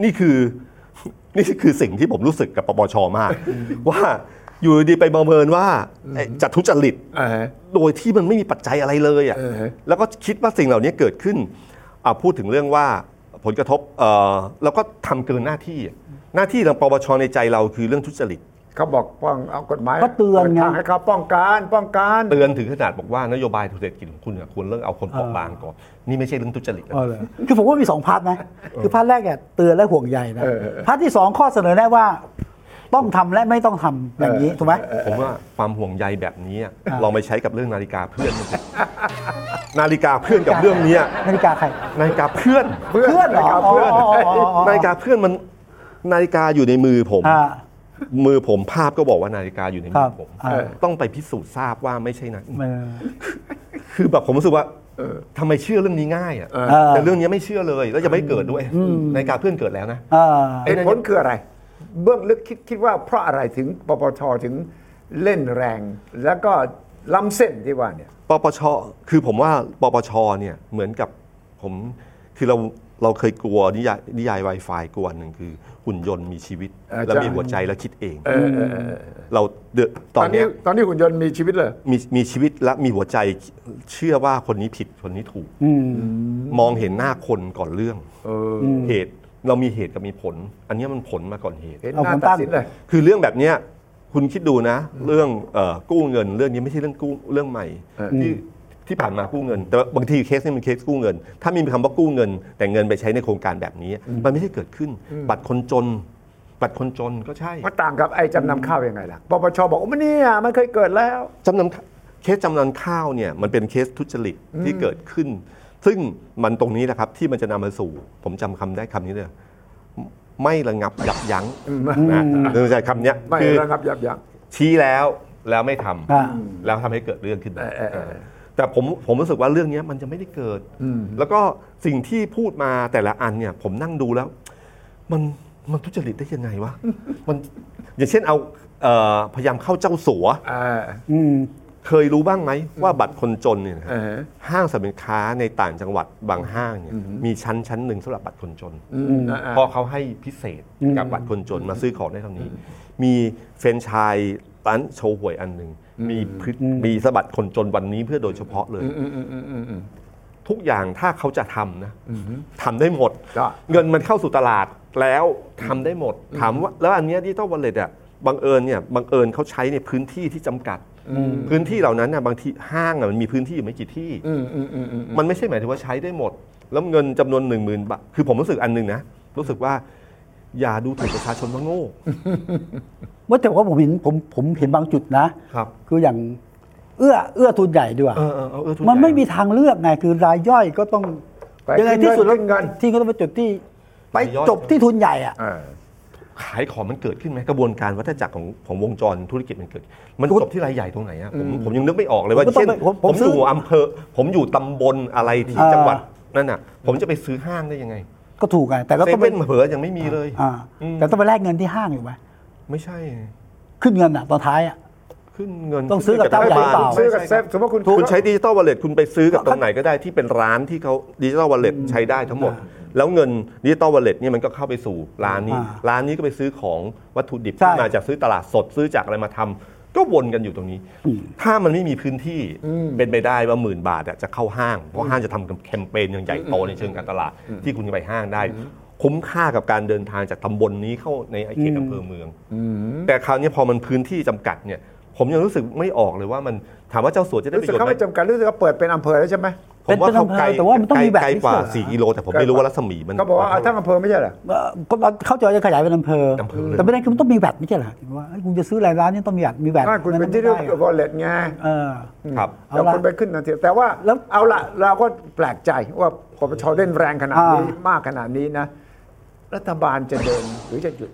คือสิ่งที่ผมรู้สึกกับปปชมากว่าอยู่ดีไปประเมินว่าจะทุจริตโดยที่มันไม่มีปัจจัยอะไรเลยอ่ะแล้วก็คิดว่าสิ่งเหล่านี้เกิดขึ้นพูดถึงเรื่องว่าผลกระทบแล้วก็ทำเกินหน้าที่หน้าที่ของปปชในใจเราคือเรื่องทุจริตเขาบอกป้องเอากฎหมายก็เตือนไงให้เขาป้องกันเตือนถึงขนาดบอกว่านโยบายเศรษฐกิจของคุณควรเลิกเอาคนเปราะบางก่อนนี่ไม่ใช่เรื่องทุจริตคือผมว่ามี2 พาร์ทนะคือพาร์ทแรกเนี่ยเตือนและห่วงใยนะพาร์ทที่2ข้อเสนอแนะว่าต้องทำและไม่ต้องทำอย่างนี้ถูกไหมผมว่าความห่วงใยแบบนี้ลองไปใช้กับเรื่องนาฬิกาเพื่อนนาฬิกาเพื่อนกับเรื่องนี้นาฬิกาใครนาฬิกาเพื่อนเหรอนาฬิกาเพื่อนมันนาฬิกาอยู่ในมือผมภาพก็บอกว่านาฬิกาอยู่ในมือผมต้องไปพิสูจน์ทราบว่าไม่ใช่นั้นคือแบบผมรู้สึกว่าทำไมเชื่อเรื่องนี้ง่ายแต่เรื่องนี้ไม่เชื่อเลยแล้วจะไม่เกิดด้วยนาฬิกาเพื่อนเกิดแล้วนะเหตุผลคืออะไรเบื้องลึกคิดว่าเพราะอะไรถึงปปชถึงเล่นแรงแล้วก็ล้ำเส้นที่ว่าเนี่ยปปชคือผมว่าปปชเนี่ยเหมือนกับผมคือเราเคยกลัวนิยาย Wi-Fi กลัวหนึ่งคือหุ่นยนต์มีชีวิตแล้วมีหัวใจแล้วคิดเองเราตอนนี้หุ่นยนต์มีชีวิตเลยมีชีวิตและมีหัวใจเชื่อว่าคนนี้ผิดคนนี้ถูกมองเห็นหน้าคนก่อนเรื่องเหตุเรามีเหตุกับมีผลอันนี้มันผลมาก่อนเหตุเอาผลตัดสินเลยคือเรื่องแบบนี้คุณคิดดูนะเรื่องกู้เงินเรื่องนี้ไม่ใช่เรื่องกู้เรื่องใหม่ที่ผ่านมากู้เงินแต่บางทีเคสนี้เป็นเคสกู้เงินถ้ามีคำว่ากู้เงินแต่เงินไปใช้ในโครงการแบบนี้มันไม่ใช่เกิดขึ้นบัตรคนจนก็ใช่มันต่างกับไอ้จำนำข้าวยังไงล่ะปปชบอกว่าเนี่ยมันเคยเกิดแล้วเคสจำนำข้าวเนี่ยมันเป็นเคสทุจริตที่เกิดขึ้นซึ่งมันตรงนี้แหละครับที่มันจะนำมาสู่ผมจำคำได้คำนี้เลยไม่ระงับยับยั้งนะเนื่องจากคำนี้ไม่ระงับยับยั้งชี้แล้วไม่ทำแล้วทำให้เกิดเรื่องขึ้นแต่ผมรู้สึกว่าเรื่องนี้มันจะไม่ได้เกิดแล้วก็สิ่งที่พูดมาแต่ละอันเนี่ยผมนั่งดูแล้วมันทุจริตได้ยังไงวะมันอย่างเช่นเอาพยายามเข้าเจ้าสัวเคยรู้บ้างไหมว่าบัตรคนจนเนี่ยห้างสรรพสินค้าในต่างจังหวัดบางห้างเนี่ยมีชั้นหนึ่งสำหรับบัตรคนจนเพราะเขาให้พิเศษกับบัตรคนจนมาซื้อของได้เท่านี้มีแฟรนไชส์ร้านโชว์หวยอันหนึ่งมีสบัตรคนจนวันนี้เพื่อโดยเฉพาะเลยทุกอย่างถ้าเขาจะทำนะทำได้หมดเงินมันเข้าสู่ตลาดแล้วทำได้หมดถามว่าแล้วอันนี้ดิจิตอลวอลเล็ตบังเอิญเขาใช้ในพื้นที่ที่จำกัดพื้นที่เหล่านั้นบางทีห้างมันมีพื้นที่อยู่ไม่กี่ที่มันไม่ใช่หมายถึงว่าใช้ได้หมดแล้วเงินจำนวน 10,000 บาทคือผมรู้สึกอันนึงนะรู้สึกว่าอย่าดูถูกประชาชนว่าโง่ว่าแต่ว่าผมเห็นบางจุดนะครับคืออย่างเอื้อทุนใหญ่ด้วยมันไม่มีทางเลือกไงคือรายย่อยก็ต้องยังไงที่สุดแล้วที่ก็ต้องไปจุดที่ไปจบที่ทุนใหญ่ขายของมันเกิดขึ้นไหมกระบวนการวัฏจักรของวงจรธุรกิจมันเกิดมันจบที่รายใหญ่ตรงไหนผมยังนึกไม่ออกเลยว่าเช่นผมอยู่อำเภอผมอยู่ตำบลอะไรที่จังหวัดนั่นน่ะผมจะไปซื้อห้างได้ยังไงก็ถูกไงแต่ก็ต้องเป็นเผลอยังไม่มีเลยแต่ต้องไปแลกเงินที่ห้างอยู่ไหมไม่ใช่ขึ้นเงินตอนท้ายขึ้นเงินต้องซื้อกับเจ้าใหญ่เปล่าซื้อกับเซฟสมมติคุณใช้ดิจิตอลวอลเล็ตคุณไปซื้อกับตรงไหนก็ได้ที่เป็นร้านที่เขาดิจิตอลวอลเล็ตใช้ได้ทั้งหมดแล้วเงินดิจิตอลวอลเล็ตนี่มันก็เข้าไปสู่ร้านนี้ก็ไปซื้อของวัตถุดิบที่มาจากซื้อตลาดสดซื้อจากอะไรมาทำก็วนกันอยู่ตรงนี้ถ้ามันไม่มีพื้นที่เป็นไปได้ว่า10,000 บาทจะเข้าห้างเพราะห้างจะทำแคมเปญอย่างใหญ่โตในเชิงการตลาดที่คุณจะไปห้างได้คุ้มค่ากับการเดินทางจากตำบลนี้เข้าในเขตอำเภอเมืองแต่คราวนี้พอมันพื้นที่จำกัดเนี่ยผมยังรู้สึกไม่ออกเลยว่ามันถามว่าเจ้าสัวจะได้ประโยชน์ไหมเขาไม่จำกัดรู้สึกว่าเปิดเป็นอำเภอแล้วใช่ไหมผมว่าเขาไกลแต่ว่ามันต้องมีแบบไกลกว่า4 กิโลแต่ผมไม่รู้ว่ารัศมีมันก็บอกว่าทั้งอำเภอไม่ใช่เหรอเขาจะขยายเป็นอำเภอแต่ไม่ได้คือมันต้องมีแบบไม่ใช่เหรอว่าคุณจะซื้อรายร้านนี่ต้องมีแบบคุณเป็นที่เรียกวอลเล็ตไงครับแล้วคุณไปขึ้นนาทีแต่ว่าเอาละเราก็แปลกใจว่าปปชเล่นแรงขนาดนี้มากขนาดนี้นะรัฐบาลจะเดินหรือจะหยุด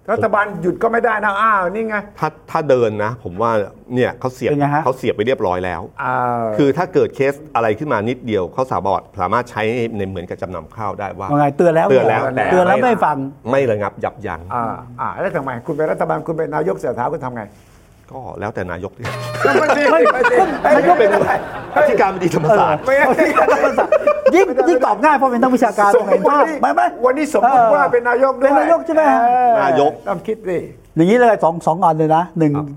รัฐบาลหยุดก็ไม่ได้นะนี่ไงถ้าเดินนะผมว่าเนี่ยเขาเสียบไปเรียบร้อยแล้วคือถ้าเกิดเคสอะไรขึ้นมานิดเดียวเขาสามารถใช้ในเหมือนกับจำนำข้าวได้ว่าไงเตือนแล้วไม่ฟังไม่ระงับยับยั้งแล้วทำไมคุณเป็นรัฐบาลคุณเป็นนายกเศรษฐาคุณทำไงก็แล้วแต่นายกที่นายกเป็นอธิการบดีธรรมศาสตร์ยิ่งตอบง่ายเพราะเป็นนักวิชาการเห็นภาพไหมวันนี้สมมติว่าเป็นนายกด้วยเป็นนายกใช่ไหมนายกต้องคิดดิอย่างนี้เลยสองอันเลยนะ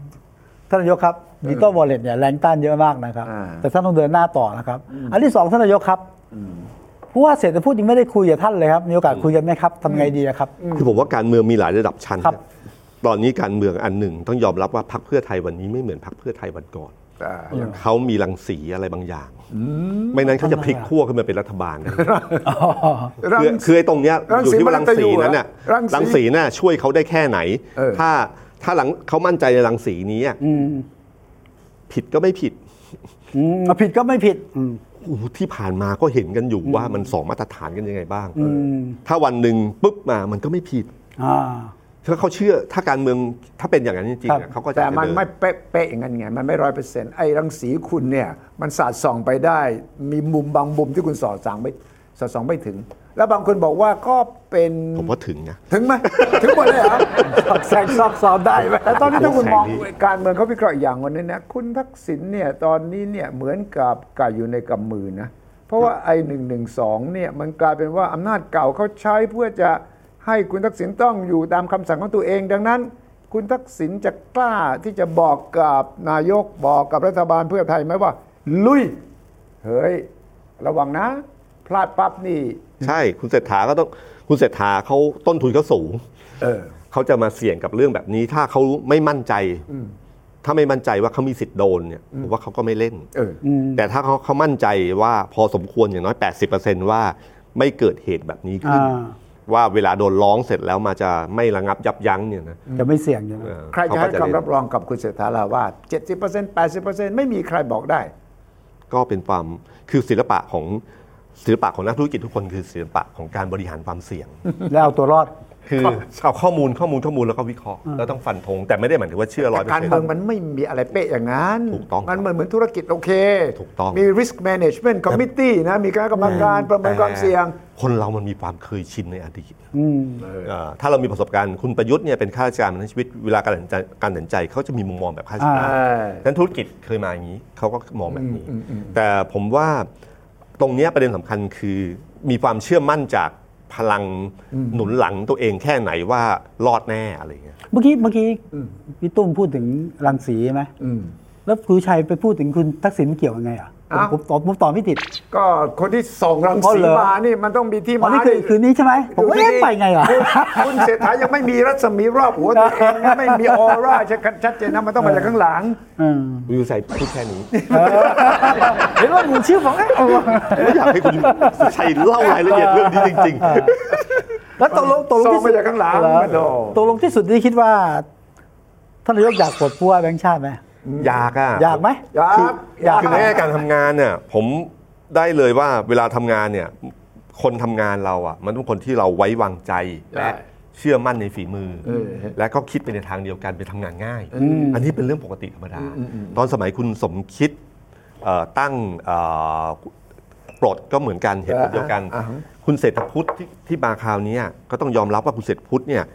1ท่านนายกครับดิจิตอลวอลเล็ตเนี่ยแรงต้านเยอะมากนะครับแต่ท่านต้องเดินหน้าต่อนะครับอันที่2ท่านนายกครับผู้ว่าเศรษฐพูดยังไม่ได้คุยกับท่านเลยครับมีโอกาสคุยกันไหมครับทำไงดีครับคือผมว่าการเมืองมีหลายระดับชั้นตอนนี้การเมืองอันหนึ่งต้องยอมรับว่าพรรคเพื่อไทยวันนี้ไม่เหมือนพรรคเพื่อไทยวันก่อนเขามีรังสีอะไรบางอย่างไม่นั้นเขาจะพลิกขั้วขึ้นมาเป็นรัฐบาลคือไอ้ตรงเนี้ยอยู่ที่ว่ารังสีนั้นเนี่ยรังสีน่ะช่วยเขาได้แค่ไหนถ้าหลังเขามั่นใจในรังสีนี้ผิดก็ไม่ผิดผิดก็ไม่ผิดที่ผ่านมาก็เห็นกันอยู่ว่ามัน2มาตรฐานกันยังไงบ้างถ้าวันหนึ่งปุ๊บมามันก็ไม่ผิดถ้าเขาเชื่อถ้าการเมืองถ้าเป็นอย่างนั้นจริงๆเขาก็จะแต่มันไม่เป๊ะอย่างนั้นไงมันไม่100%ไอ้รังสีคุณเนี่ยมันสาดส่องไปได้มีมุมบางมุมที่คุณสอดส่องไม่ถึงแล้วบางคนบอกว่าก็เป็นผมว่าถึงนะถึงไหมถึงหมดเลยเหรอแซงซอกซอนได้ไหมแต่ตอนนี้ถ้าคุณมองการเมืองเขาวิเคราะห์อย่างวันนี้นะคุณทักษิณเนี่ยตอนนี้เนี่ยเหมือนกับไก่อยู่ในกำมือนะเพราะว่าไอ้112เนี่ยมันกลายเป็นว่าอำนาจเก่าเขาใช้เพื่อจะให้คุณทักษิณต้องอยู่ตามคำสั่งของตัวเองดังนั้นคุณทักษิณจะกล้าที่จะบอกกับนายกบอกกับรัฐบาลเพื่อไทยไหมว่าลุยเฮ้ยระวังนะพลาดปั๊บนี่ใช่คุณเศรษฐาก็ต้องคุณเศรษฐาเขาต้นทุนเขาสูงเขาจะมาเสี่ยงกับเรื่องแบบนี้ถ้าเขาไม่มั่นใจถ้าไม่มั่นใจว่าเขามีสิทธิ์โดนเนี่ยผมว่าเขาก็ไม่เล่นแต่ถ้าเขามั่นใจว่าพอสมควรอย่างน้อย 80% ว่าไม่เกิดเหตุแบบนี้ขึ้นว่าเวลาโดนร้องเสร็จแล้วมาจะไม่ระงับยับยั้งเนี่ยนะจะไม่เสี่ยงใช่ไหมใครจะให้คำรับรองกับคุณเศรษฐาล่ะว่า 70% 80% ไม่มีใครบอกได้ก็เป็นความคือศิลปะของนักธุรกิจทุกคนคือศิลปะของการบริหารความเสี่ยงแล้วเอาตัวรอดคือเอาข้อมูลแล้วก็วิเคราะห์แล้วต้องฟันธงแต่ไม่ได้หมายถึงว่าเชื่อ 100% การเมืองมันไม่มีอะไรเป๊ะอย่างนั้นถูกต้องมันเหมือนธุรกิจโอเคถูกต้องมี risk management committee นะมีคณะกรรมการประเมินความเสี่ยงคนเรามันมีความเคยชินในอดีตถ้าเรามีประสบการณ์คุณประยุทธ์เนี่ยเป็นข้าราชการมาทั้งชีวิตเวลาการตัดสินใจเขาจะมีมุมมองแบบข้าราชการนั้นธุรกิจเคยมาอย่างนี้เขาก็มองแบบนี้แต่ผมว่าตรงนี้ประเด็นสำคัญคือมีความเชื่อมั่นจากพลังหนุนหลังตัวเองแค่ไหนว่ารอดแน่อะไรเงี้ยเมื่อกี้พี่ตุ้มพูดถึงรังสีใช่ไหมแล้วคุณชัยไปพูดถึงคุณทักษิณเกี่ยวยังไงผมตอบไม่ติดก็คนที่ส่งรังสีมานี่มันต้องมีที่มานี่คือนี้ใช่ไหมผมว่าไปไงคุณเศรษฐายังไม่มีรัศมีรอบหัวตัวเองไม่มีออร่าชัดเจนนะมันต้องมาจากข้างหลังอยู่ใส่พูดแค่นี้เห็นว่าหมู่ชื่อของไม่อยากให้คุณชัยเล่ารายละเอียดเรื่องนี้จริงๆแล้วตกลงที่มาจากข้างหลังตกลงที่สุดที่คิดว่าท่านนายกอยากปลดผู้ว่าแบงค์ชาติไหมอยากไหมคือในการทำงานเนี่ยผมได้เลยว่าเวลาทำงานเนี่ยคนทำงานเรามันต้องคนที่เราไว้วางใจและเชื่อมั่นในฝีมือและก็คิดไปในทางเดียวกันไปทำงานง่ายอันนี้เป็นเรื่องปกติธรรมดาตอนสมัยคุณสมคิดตั้งปลดก็เหมือนกันเหตุผลเดียวกันคุณเศรษฐพุทธที่มาคราวนี้ก็ต้องยอมรับว่าคุณเศรษฐพุทธเนี่ย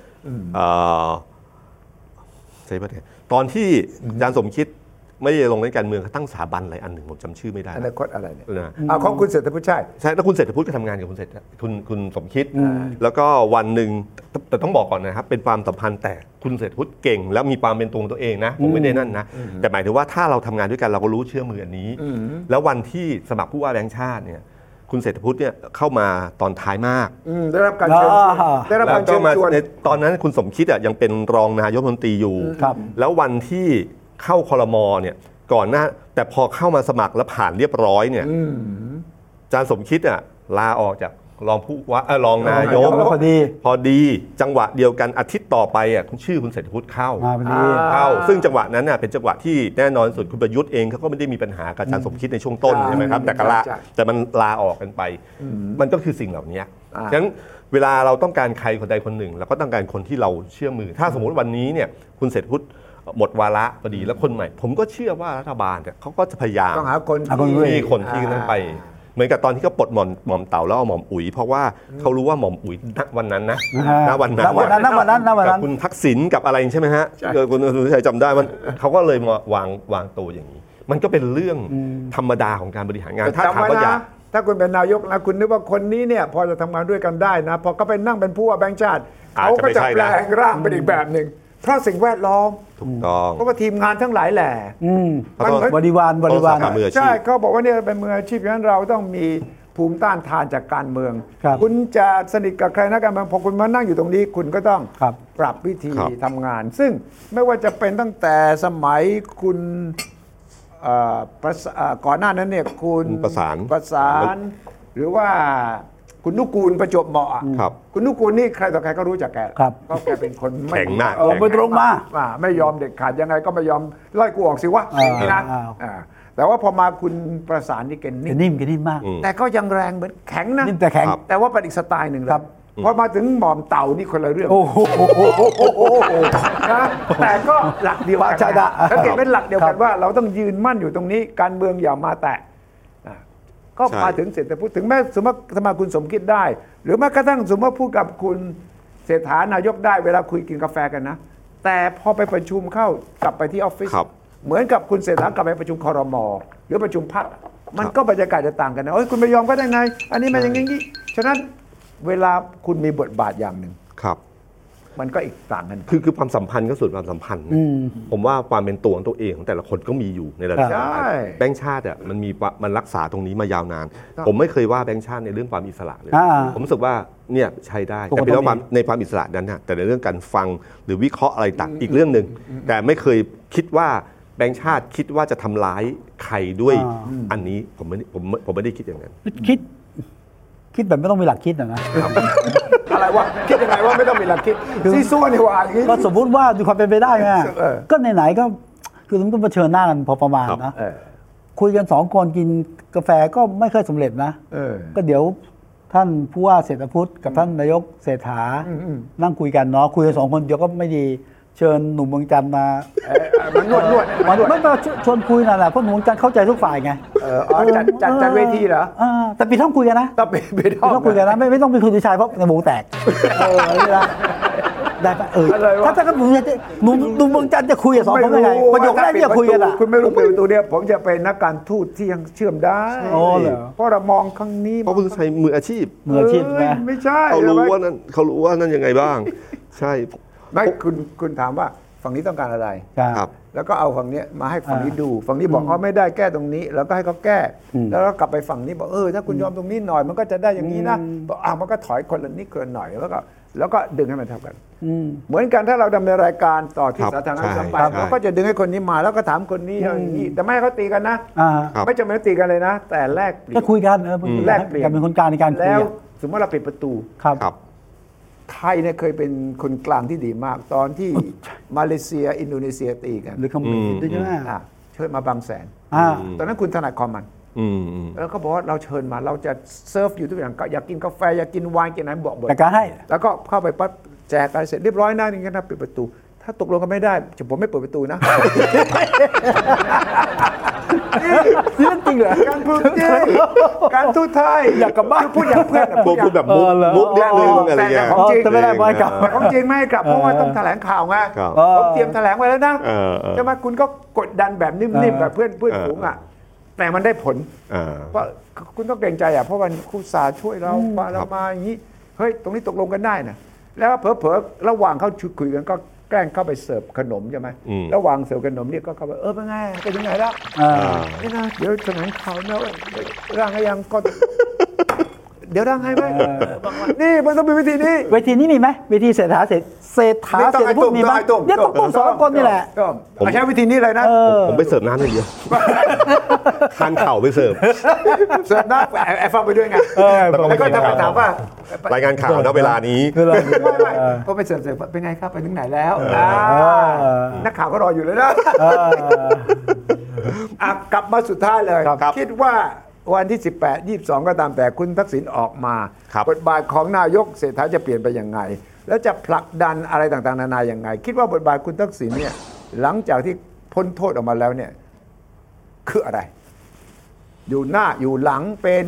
ใช่ปะเนี่ยตอนที่อาจารย์สมคิดไม่ได้ลงในการเมืองเขาตั้งสถาบันอะไรอันหนึ่งผมจำชื่อไม่ได้อนาคตอะไรเนี่ยของคุณเศรษฐพุทธใช่แล้วคุณเศรษฐพุทธก็ทำงานกับคุณสมคิดแล้วก็วันหนึ่งแต่ต้องบอกก่อนนะครับเป็นความสัมพันธ์แต่คุณเศรษฐพุทธเก่งแล้วมีความเป็นตัวเองนะผมไม่ได้นั่นนะแต่หมายถึงว่าถ้าเราทำงานด้วยกันเราก็รู้เชื่อมืออันนี้แล้ววันที่สมัครผู้ว่าแบงค์ชาติเนี่ยคุณเศรษฐพุทธเนี่ยเข้ามาตอนท้ายมากได้รับการเชิญชวนในตอนนั้นคุณสมคิดยังเป็นรองนายกรัฐมนตรีอยู่แล้ววันที่เข้าครม.เนี่ยก่อนหน้าแต่พอเข้ามาสมัครแล้วผ่านเรียบร้อยเนี่ยอาจารย์สมคิดลาออกจากรองผู้ว่ารองนายกพอดีจังหวะเดียวกันอาทิตย์ต่อไปคุณชื่อคุณเศรษฐพุทธเข้าซึ่งจังหวะนั้นเป็นจังหวะที่แน่นอนสุดคุณประยุทธ์เองเขาก็ไม่ได้มีปัญหากับอาจารย์สมคิดในช่วงต้นใช่ไหมครับแต่มันลาออกกันไปมันก็คือสิ่งเหล่านี้ฉะนั้นเวลาเราต้องการใครคนใดคนหนึ่งเราก็ต้องการคนที่เราเชื่อมือถ้าสมมติวันนี้เนี่ยคุณเศรษฐวุฒิหมดวาระพอดีแล้วคนใหม่ผมก็เชื่อว่ารัฐบาลเนี่ยเขาก็จะพยายามต้องหาคนที่คนที่นั่นไปเหมือนกับตอนที่เขาปลดหม่อมเต่าแล้วเอาหม่อมอุ๋ยเพราะว่าเขารู้ว่าหม่อมอุ๋ยณวันนั้นนะณวันนั้นกับคุณทักษิณกับอะไรใช่ไหมฮะคุณสุทธิชัยจำได้ว่าเขาก็เลยมาวางตัวอย่างนี้มันก็เป็นเรื่องธรรมดาของการบริหารงานถ้าถามว่าอยากถ้าคุณเป็นนายกนะคุณนึกว่าคนนี้เนี่ยพอจะทำงานด้วยกันได้นะพอก็ไปนั่งเป็นผู้ว่าแบงค์ชาติเขาก็จะแปลงร่างเป็นอีกแบบหนึ่งเพราะสิ่งแวดล้อมถูกต้องเพราะว่าทีมงานทั้งหลายแหล่บริวารใช่เขาบอกว่าเนี่ยเป็นมืออาชีพฉะนั้นเราต้องมีภูมิต้านทานจากการเมืองคุณจะสนิทกับใครนักการเมืองพอคุณมานั่งอยู่ตรงนี้คุณก็ต้องปรับวิธีทำงานซึ่งไม่ว่าจะเป็นตั้งแต่สมัยคุณก่อนหน้านั้นเนี่ยคุณประสานหรือว่าคุณนุกูลประจวบเหมาะคุณนุกูลนี่ใครต่อใครก็รู้จักแกก็แกเป็นคนแข็งมากไม่ตรงมาไม่ยอมเด็ดขาดยังไงก็ไม่ยอมไล่กูออกสิวะนี่นะแต่ว่าพอมาคุณประสานนี่แกนิ่มมากแต่ก็ยังแรงเหมือนแข็งนะแต่แข็งแต่ว่าเป็นอีกสไตล์หนึ่งเลยพอมาถึงหม่อมเต่านี่คนละเรื่องนะแต่ก็หลักเดียวกันสังเกตเป็นหลักเดียวกันว่าเราต้องยืนมั่นอยู่ตรงนี้การเมืองอย่ามาแตะก็มาถึงเศรษฐพูดถึงแม้สมมติสมาคุณสมคิดได้หรือแม้กระทั่งสมมติพูดกับคุณเศรษฐานายกได้เวลาคุยกินกาแฟกันนะแต่พอไปประชุมเข้ากลับไปที่ออฟฟิศเหมือนกับคุณเศรษฐากลับไปประชุมครม.หรือประชุมพรรคมันก็บรรยากาศจะต่างกันนะคุณไม่ยอมก็ได้ไงอันนี้มันอย่างนี้ฉะนั้นเวลาคุณมีบทบาทอย่างหนึ่งมันก็อีกต่างกันคือความสัมพันธ์ก็ส่วนความสัมพันธ์ผมว่าความเป็นตัวของตัวเองของแต่ละคนก็มีอยู่ในระดับแบงค์ชาติอ่ะมันรักษาตรงนี้มายาวนานผมไม่เคยว่าแบงค์ชาติในเรื่องความอิสระเลยผมรู้สึกว่าเนี่ยใช้ได้แต่เป็นเรื่องในความอิสระนั้นนะแต่ในเรื่องการฟังหรือวิเคราะห์อะไรต่างอีกเรื่องนึงแต่ไม่เคยคิดว่าแบงค์ชาติคิดว่าจะทำร้ายใครด้วยอันนี้ผมไม่ได้คิดอย่างนั้นคิดแบบไม่ต้องมีหลักคิดนะอะไรวะคิดยังไงว่าไม่ต้องมีหลักคิดซีซั่วนี่ว่าอย่างนี้ก็สมมุติว่าดูความเป็นไปได้ไงก็ไหนๆก็คือต้องเผชิญหน้ากันพอประมาณนะคุยกัน2คนกินกาแฟก็ไม่เคยสำเร็จนะก็เดี๋ยวท่านผู้ว่าเศรษฐพุทธกับท่านนายกเศรษฐานั่งคุยกันเนาะคุยกัน2คนเดี๋ยวก็ไม่ดีเชิญหนุ่มเมืองจันทร์มานวดไม่มาชวนคุยนั่นแหละเพราะหนุ่มเมืองจันทร์เข้าใจทุกฝ่ายไงจัดเวทีเหรอแต่ปิดห้องคุยกันนะปิดห้องคุยกันนะไม่ต้องเป็นคุณชายเพราะในวงแตกได้ปะถ้าหนุ่มเมืองจันทร์จะคุยกับ2คนยังไงประโยคแรกที่จะคุยกันอ่ะคุณไม่รู้เป็นตัวเนี้ยผมจะเป็นนักการทูตที่ยังเชื่อมได้เพราะเรามองครั้งนี้เพราะคุณใช้มืออาชีพนะไม่ใช่เขารู้ว่านั่นยังไงบ้างใช่ไม่คุณถามว่าฝั่งนี้ต้องการอะไรแล้วก็เอาฝั่งนี้มาให้ฝั่งนี้ดูฝั่งนี้บอกไม่ได้แก้ตรงนี้แล้วก็ให้เขาแก้แล้วก็กลับไปฝั่งนี้บอกถ้าคุณยอมตรงนี้หน่อยมันก็จะได้อย่างนี้นะบอกมันก็ถอยคนละนิดคนหน่อยแล้วก็ดึงให้มันเท่ากันเหมือนกันถ้าเราดำเนินรายการต่อที่สาธารณสัมพันธ์เราก็จะดึงให้คนนี้มาแล้วก็ถามคนนี้อย่างนี้แต่ไม่ให้เขาตีกันนะไม่จำเป็นตีกันเลยนะแต่แลกเปลี่ยนก็คุยกันแลกเปลี่ยนเป็นคนกลางในการคุยแล้วสมมติเราปิดประตูไทยเนี่ยเคยเป็นคนกลางที่ดีมากตอนที่มาเลเซียอินโดนีเซียตีกันหรือเขมรด้วยใช่ไหมเชิญมาบางแสนตอนนั้นคุณถนัดคอมมันแล้วก็บอกว่าเราเชิญมาเราจะเซิร์ฟอยู่ทุกอย่างอยากกินกาแฟอยากกินไวน์กินอะไรบอกแต่ก็ให้แล้วก็เข้าไปปั๊บแจกอะไรเสร็จเรียบร้อยนะนี่นะปิดประตูถ้าตกลงกันไม่ได้ผมไม่เปิดประตูนะนี่จริงเหรอการทูตไทยอยากกลับบ้านพูดอย่างเพื่อนพูดแบบมุกนิดนึงอะไรอย่างเงี้ยของจริงไม่ได้ไม่กลับของจริงไม่กลับเพราะว่าต้องแถลงข่าวไงผมเตรียมแถลงไว้แล้วนะจะมาคุณก็กดดันแบบนิ่มๆแบบเพื่อนฝูงอ่ะแต่มันได้ผลเพราะคุณต้องเกรงใจอ่ะเพราะวันครูสาช่วยเรามาอย่างนี้เฮ้ยตรงนี้ตกลงกันได้นะแล้วเผลอๆระหว่างเขาคุยกันก็แกล้งเข้าไปเสิร์ฟขนมใช่ไหมระหว่างเสิร์ฟขนมเนี่ยก็เข้าไปเป็นไงเป็นยังไงแล้วนี่นะเดี๋ยวแถลงข่าวเนี่ยร่างยังก็เดี๋ยวร่างให้ไหมนี่มันต้องมีวิธีนี้มีไหมวิธีเศรษฐาเศรษฐพุทธมีไหมเนี่ยต้องต้ม2 คนนี่แหละใช้วิธีนี้เลยนะผมไปเสิร์ฟน้ำอย่างเดียวทานข่าวไปเสิร์ฟน้ำไอ้ฟังไปด้วยไงแล้วก็ถามว่ารายงานข่าวณเวลานี้ไม่พอไปเสิร์ฟเป็นไงครับไปถึงไหนแล้วนักข่าวก็รออยู่เลยนะกลับมาสุดท้ายเลยคิดว่าวันที่18 22ก็ตามแต่คุณทักษิณออกมาครับบทบาทของนายกเศรษฐาจะเปลี่ยนไปยังไงแล้วจะผลักดันอะไรต่างๆนานายังไงคิดว่าบทบาทคุณทักษิณเนี่ยหลังจากที่พ้นโทษออกมาแล้วเนี่ยคืออะไรอยู่หน้าอยู่หลังเป็น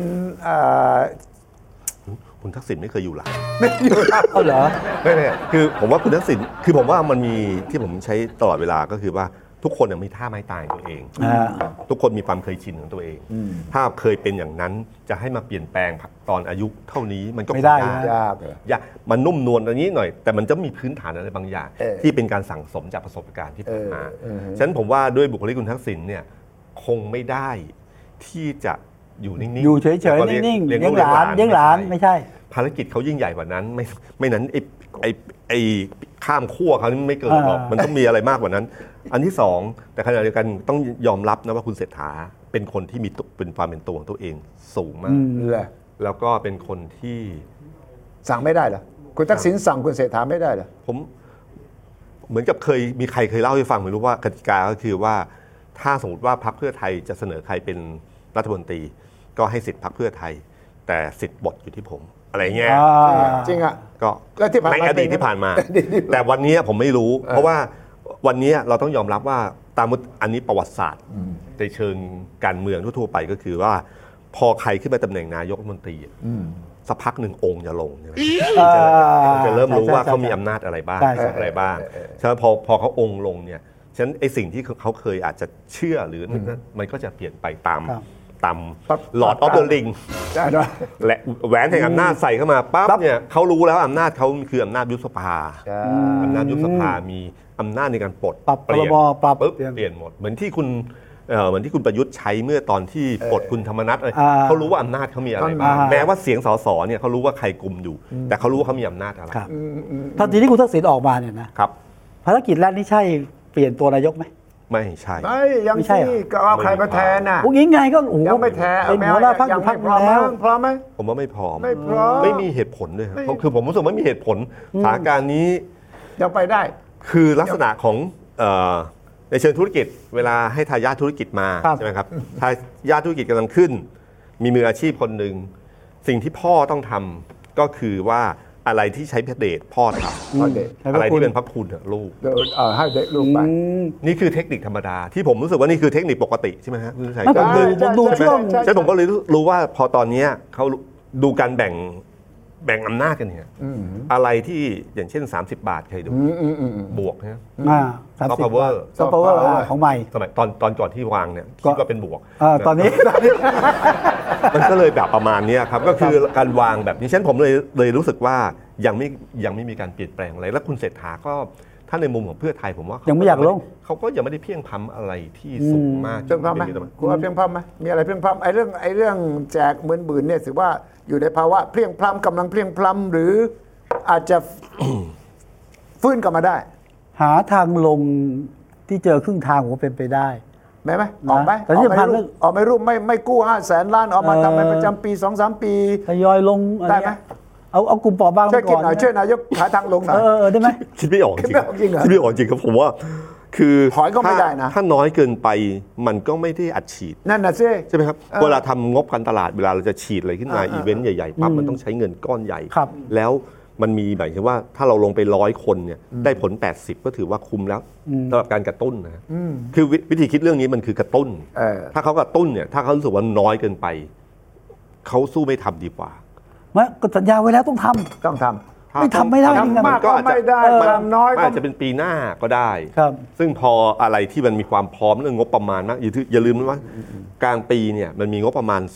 คุณทักษิณไม่เคยอยู่หลังไม่อยู่หลังเอาเหรอไม่คือผมว่าคุณทักษิณคือผมว่ามันมีที่ผมใช้ตลอดเวลาก็คือว่าทุกคนมีท่าไม้ตายตัวเองทุกคนมีความเคยชินของตัวเองถ้าเคยเป็นอย่างนั้นจะให้มาเปลี่ยนแปลงตอนอายุเท่านี้มันก็ไม่ได้ยากมันนุ่มนวลอย่างนี้หน่อยแต่มันจะมีพื้นฐานอะไรบางอย่างที่เป็นการสั่งสมจากประสบการณ์ที่ผ่านมาฉะนั้นผมว่าด้วยบุคลิกคุณทักษิณเนี่ยคงไม่ได้ที่จะอยู่นิ่งๆอยู่เฉยๆนิ่งๆเลี้ยงหลานไม่ใช่ภารกิจเขายิ่งใหญ่กว่านั้นไม่นั้นไอ้ข้ามขั้วเขานี่ไม่เกิดหรอกมันต้องมีอะไรมากกว่านั้นอันที่สองแต่ขณะเดียวกันต้องยอมรับนะว่าคุณเศรษฐาเป็นคนที่มีเป็นความเป็นตัวของตัวเองสูงมากแล้วก็เป็นคนที่สั่งไม่ได้เหรอคุณทักษิณสั่งคุณเศรษฐาไม่ได้เหรอผมเหมือนกับมีใครเคยเล่าให้ฟังไม่รู้ว่ากติกาก็คือว่าถ้าสมมติว่าพรรคเพื่อไทยจะเสนอใครเป็นรัฐมนตรีก็ให้สิทธิ์พรรคเพื่อไทยแต่สิทธิ์บทอยู่ที่ผมอะไรเงี้ยจริงอ่ะก็ในอดีตที่ผ่านมาแต่วันนี้ผมไม่รู้เพราะว่าวันนี้เราต้องยอมรับว่าตามอันนี้ประวัติศาสตร์ในเชิงการเมืองทั่วไปก็คือว่าพอใครขึ้นมาตำแหน่งนายกรัฐมนตรีสักพักหนึ่งองค์จะลงจะเริ่มรู้ว่าเขามีอำนาจอะไรบ้างอะไรบ้างฉะนั้นพอเขาองค์ลงเนี่ยฉะนั้นไอ้สิ่งที่เขาเคยอาจจะเชื่อหรือมันก็จะเปลี่ยนไปตามหลอดออฟเดอะริงและแหวนแห่งอำนาจใส่เข้ามาปั๊บเนี่ยเขารู้แล้วอำนาจเขาคืออำนาจยุบสภาอำนาจยุบสภามีอำนาจในการปลดเปลี่ยนปุ๊บเปลี่ยนหมดเหมือนที่คุณประยุทธ์ใช้เมื่อตอนที่ปลดคุณธรรมนัสเขารู้ว่าอำนาจเขามีอะไรบ้างแม้ว่าเสียงสสเนี่ยเขารู้ว่าใครกุมอยู่แต่เขารู้ว่าเขามีอำนาจอะไรทันทีที่คุณทักษิณออกมาเนี่ยนะครับภารกิจแรกนี่ใช่เปลี่ยนตัวนายกไหมไม่ใช่ยังไม่ใช่ก็เอาใครมาแทนน่ะยังไงก็โอ้โหยังไม่แทนเป็นหัวหน้าพรรคอยู่พักแล้วพร้อมไหมผมว่าไม่พร้อมไม่มีเหตุผลด้วยครับคือผมรู้สึกว่าไม่มีเหตุผลสถานการณ์นี้ยังไปได้คือลักษณะของในเชิงธุรกิจเวลาให้ทายาทธุรกิจมาใช่ไหมครับทายาทธุรกิจกำลังขึ้นมีมืออาชีพคนหนึ่งสิ่งที่พ่อต้องทำก็คือว่าอะไรที่ใช้พระเดชพ่อทำอะไรที่เป็นพระคุณลูกให้เด็กลูกไปนี่คือเทคนิคธรรมดาที่ผมรู้สึกว่านี่คือเทคนิคปกติใช่ไหมฮะคุณชัยก็ดูช่วงใช่ผมก็เลยรู้ว่าพอตอนนี้เขาดูการแบ่งอำนาจกันเนี่ยอะไรที่อย่างเช่น30 บาทเคยดูบวกนะซอฟต์พาวเวอร์ของใหม่สมัยตอนก่อนที่วางเนี่ยคิดว่าเป็นบวกตอนนี้มันก็เลยแบบประมาณนี้ครับก็คือการวางแบบนี้ฉะนั้นผมเลยรู้สึกว่ายังไม่มีการเปลี่ยนแปลงอะไรแล้วคุณเศรษฐาก็ถ้าในมุมของเพื่อไทยผมว่ายังไม่อยากลงเขาก็ยังไม่ได้เพียงพำอะไรที่สูงมากเพียงพำไหมคุณว่าเพียงพำไหมมีอะไรเพียงพำไอ้เรื่องแจกหมื่นเนี่ยถือว่าอยู่ในภาวะเพียงพล้ำกำลังเพียงพล้ำหรืออาจจะฟื้นกลับมาได้หาทางลงที่เจอครึ่งทางผมเป็นไปได้ไหมออกไหมแต่ที่ผ่านออกไม่รูปไม่กู้500,000 ล้านออกมาทำเป็นประจำปี 2-3 ปีทยอยลงได้ไหมเอากลุ่มเปราะบางช่วยคิดหน่อยช่วยนายกหาทางลงหน่อยได้ไหมคิดไม่ออกจริงคิดไม่ออกจริงครับผมว่าคือถอยก็ไม่ได้นะถ้าน้อยเกินไปมันก็ไม่ได้อัดฉีดนั่นน่ะสิใช่ไหมครับเวลาทำงบการตลาดเวลาเราจะฉีดอะไรขึ้นมาอีเวนต์ใหญ่ๆปั๊บมันต้องใช้เงินก้อนใหญ่แล้วมันมีหมายถึงว่าถ้าเราลงไป100 คนเนี่ยได้ผล80ก็ถือว่าคุ้มแล้วสำหรับการกระตุ้นนะคือวิธีคิดเรื่องนี้มันคือกระตุ้นถ้าเขากระตุ้นเนี่ยถ้าเขารู้สึกว่าน้อยเกินไปเขาสู้ไม่ทำดีกว่าก็สัญญาไว้แล้วต้องทำไม่ทำไม่ได้มากก็ไม่ได้น้อยก็อาจจะเป็นปีหน้าก็ได้ซึ่งพออะไรที่มันมีความพร้อมเรื่องงบประมาณมากอย่าลืมว่ากลางปีเนี่ยมันมีงบประมาณ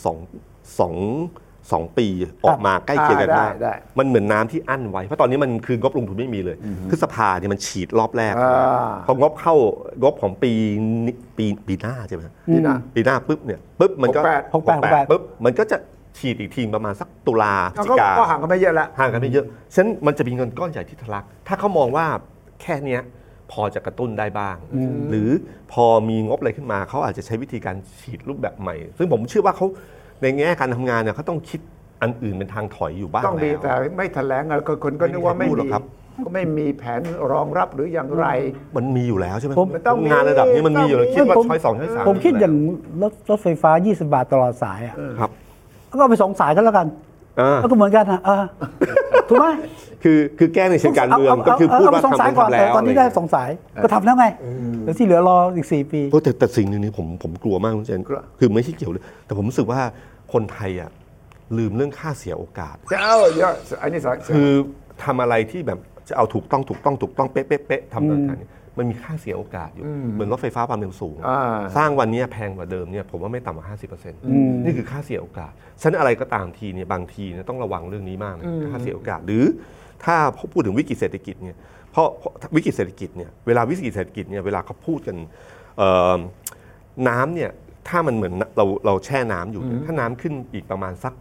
2 ปีออกมาใกล้เคียงกันมากมันเหมือนน้ำที่อั้นไว้เพราะตอนนี้มันคืองบลงทุนไม่มีเลยพฤษภาเนี่ยมันฉีดรอบแรกพองบเข้างบของปีหน้าใช่ไหมปีหน้าปุ๊บมันก็ปุ๊บมันก็จะฉีดอีกทีประมาณสักตุลาพฤศจิกาก็ห่างกันไม่เยอะแล้วห่างกันไม่เยอะฉะนั้นมันจะมีเงินก้อนใหญ่ที่ทะลักถ้าเขามองว่าแค่นี้พอจะกระตุ้นได้บ้างหรือพอมีงบอะไรขึ้นมาเขาอาจจะใช้วิธีการฉีดรูปแบบใหม่ซึ่งผมเชื่อว่าเขาในแง่การทำงานเนี่ยเขาต้องคิดอันอื่นเป็นทางถอยอยู่บ้างต้องดีแต่ไม่แถลงอะไรคนก็นึกว่าไม่ดีก็ไม่มีแผนรองรับหรืออย่างไรมันมีอยู่แล้วใช่ไหมต้องมีงานระดับนี้มันมีอยู่แล้วคิดว่าช้อย2ช้อย3 ผมคิดอย่างรถไฟฟ้า20 บาทตลอดสายอ่ะครับก็เอาไป2 สายกันแล้วกันแล้วก็เหมือนกันนะถูกไหมคือแก้ในเชิงการเมืองก็คือพูดว่าทำสายก่อนแต่ตอนนี้ได้2 สายก็ทำแล้วไงแล้วที่เหลือรออีก4 ปีแต่สิ่งนึงนี้ผมกลัวมากคุณเจนคือไม่ใช่เกี่ยวเลยแต่ผมรู้สึกว่าคนไทยอ่ะลืมเรื่องค่าเสียโอกาสจะเอาเยอะอันนี้คือทำอะไรที่แบบจะเอาถูกต้องเป๊ะทำแบบนี้มันมีค่าเสียโอกาสอยู่เหมือนรถไฟฟ้าความเร็วสูงสร้างวันนี้แพงกว่าเดิมเนี่ยผมว่าไม่ต่ำกว่า 50% นี่คือค่าเสียโอกาสฉะนั้นอะไรก็ตามทีเนี่ยบางทีเนี่ยต้องระวังเรื่องนี้มากค่าเสียโอกาสหรือถ้าพูดถึงวิกฤตเศรษฐกิจเนี่ยเพราะวิกฤตเศรษฐกิจเนี่ยเวลาวิกฤตเศรษฐกิจเนี่ยเวลาเขาพูดกันน้ำเนี่ยถ้ามันเหมือนเราแช่น้ำอยู่ถ้าน้ำขึ้นอีกประมาณสัก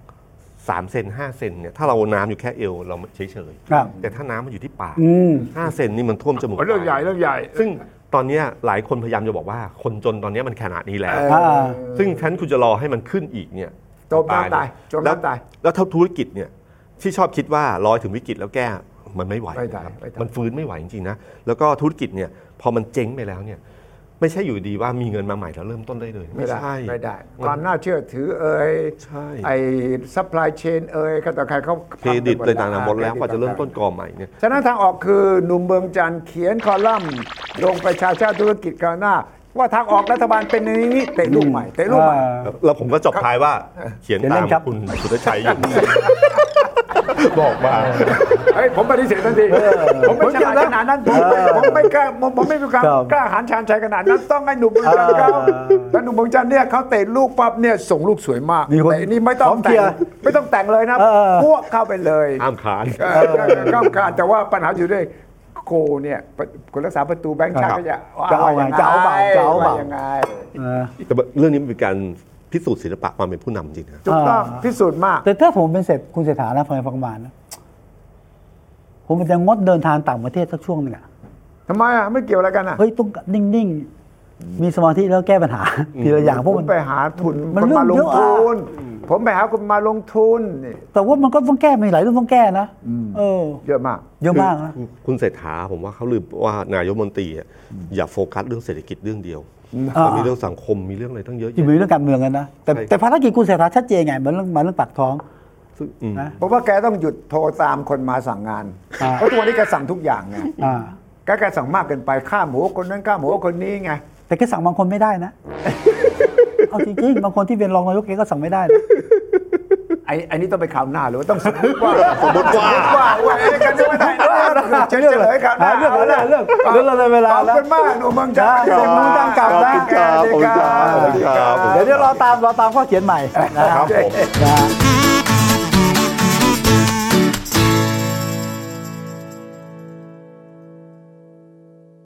3 เซน5 เซนเนี่ยถ้าเราน้ำอยู่แค่เอวเราเฉยๆแต่ถ้าน้ำมันอยู่ที่ปาก5 เซนนี่มันท่วมจมูกเรื่องใหญ่ซึ่งตอนนี้หลายคนพยายามจะบอกว่าคนจนตอนนี้มันขนาดนี้แล้วซึ่งฉันคุณจะรอให้มันขึ้นอีกเนี่ยจมน้ำตายแล้วถ้าธุรกิจเนี่ยที่ชอบคิดว่ารอถึงวิกฤตแล้วแก้มันไม่ไหวมันฟื้นไม่ไหวจริงๆนะแล้วก็ธุรกิจเนี่ยพอมันเจ๊งไปแล้วเนี่ยไม่ใช่อยู่ดีว่ามีเงินมาใหม่แล้วเริ่มต้นได้เลยไม่ได้ความน่าเชื่อถือไอ้ซัพพลายเชนก็ต่อใครเขาเครดิตอะไรต่างๆหมดแล้วกว่าจะเริ่มต้นก่อใหม่เนี่ยฉะนั้นทางออกคือหนุ่มเมืองจันทร์เขียนคอลัมน์ลงประชาชาติธุรกิจก้าวหน้าว่าทางออกรัฐบาลเป็นอย่างนี้เตะลูกใหม่แล้วผมก็จบท้ายว่าเขียนตามคุณสุทธิชัยอยู่บอกมาผมปฏิเสธทันทีผมไม่ฉลาดขนาดนั้นผมไม่กล้าผมไม่มีความกล้าหาญชาญชัยขนาดนั้นต้องให้หนุ่มเมืองจันทร์เขาแต่หนุ่มเมืองจันทร์เนี่ยเขาเตะลูกปั๊บเนี่ยส่งลูกสวยมากแต่นี่ไม่ต้องแต่งเลยนะพวกเข้าไปเลยห้ามขาดแต่ว่าปัญหาอยู่ด้วยโกเนี่ยคนรักษาประตูแบงค์ชาติจะเอายังไงแต่เรื่องนี้มันเป็นการพิสูจน์ศิลปะความเป็นผู้นำจริงนะถูกต้องพิสูจน์มากแต่ถ้าผมเป็นคุณเศรษฐานะฟังมานะผมจะงดเดินทางต่างประเทศสักช่วงนึงอะทำไมอะไม่เกี่ยวอะไรกันอะเฮ้ยต้องนิ่งๆมีสมาธิแล้วแก้ปัญหาทีละอย่างพวกมันไปหาทุนมันมาลงทุนผมไปหาคนมาลงทุนนี่แต่ว่ามันก็ต้องแก้มีหลายเรื่องต้องแก้นะเยอะมากนะคุณเศรษฐาผมว่าเขาลืมว่านายกรัฐมนตรีอย่าโฟกัสเรื่องเศรษฐกิจเรื่องเดียวมีเรื่องสังคมมีเรื่องอะไรตั้งเยอะมีเรื่องการเมืองกันนะแต่ภารกิจคุณเศรษฐาชัดเจนไงเหมือนเรื่องปากท้องเพราะว่าแกต้องหยุดโทรตามคนมาสั่งงานเพราะตัวนี้แกสั่งทุกอย่างไงแกสั่งมากเกินไปฆ่าหมูคนนั้นฆ่าหมูคนนี้ไงแต่แกสั่งบางคนไม่ได้นะเอาจริงๆบางคนที่เป็นรองนายกแกก็สั่งไม่ได้นะไอ้นี่ต้องไปข่าวหน้าหรือว่าต้องสมมติว่ากันจะไม่ได้เฉลยข่าวหน้าเรื่องเวลาแล้วขอบคุณมากหนุ่มเมืองจันทร์ขอบคุณตั้งกลับนะเดี๋ยวรอตามข้อเขียนใหม่นะครับ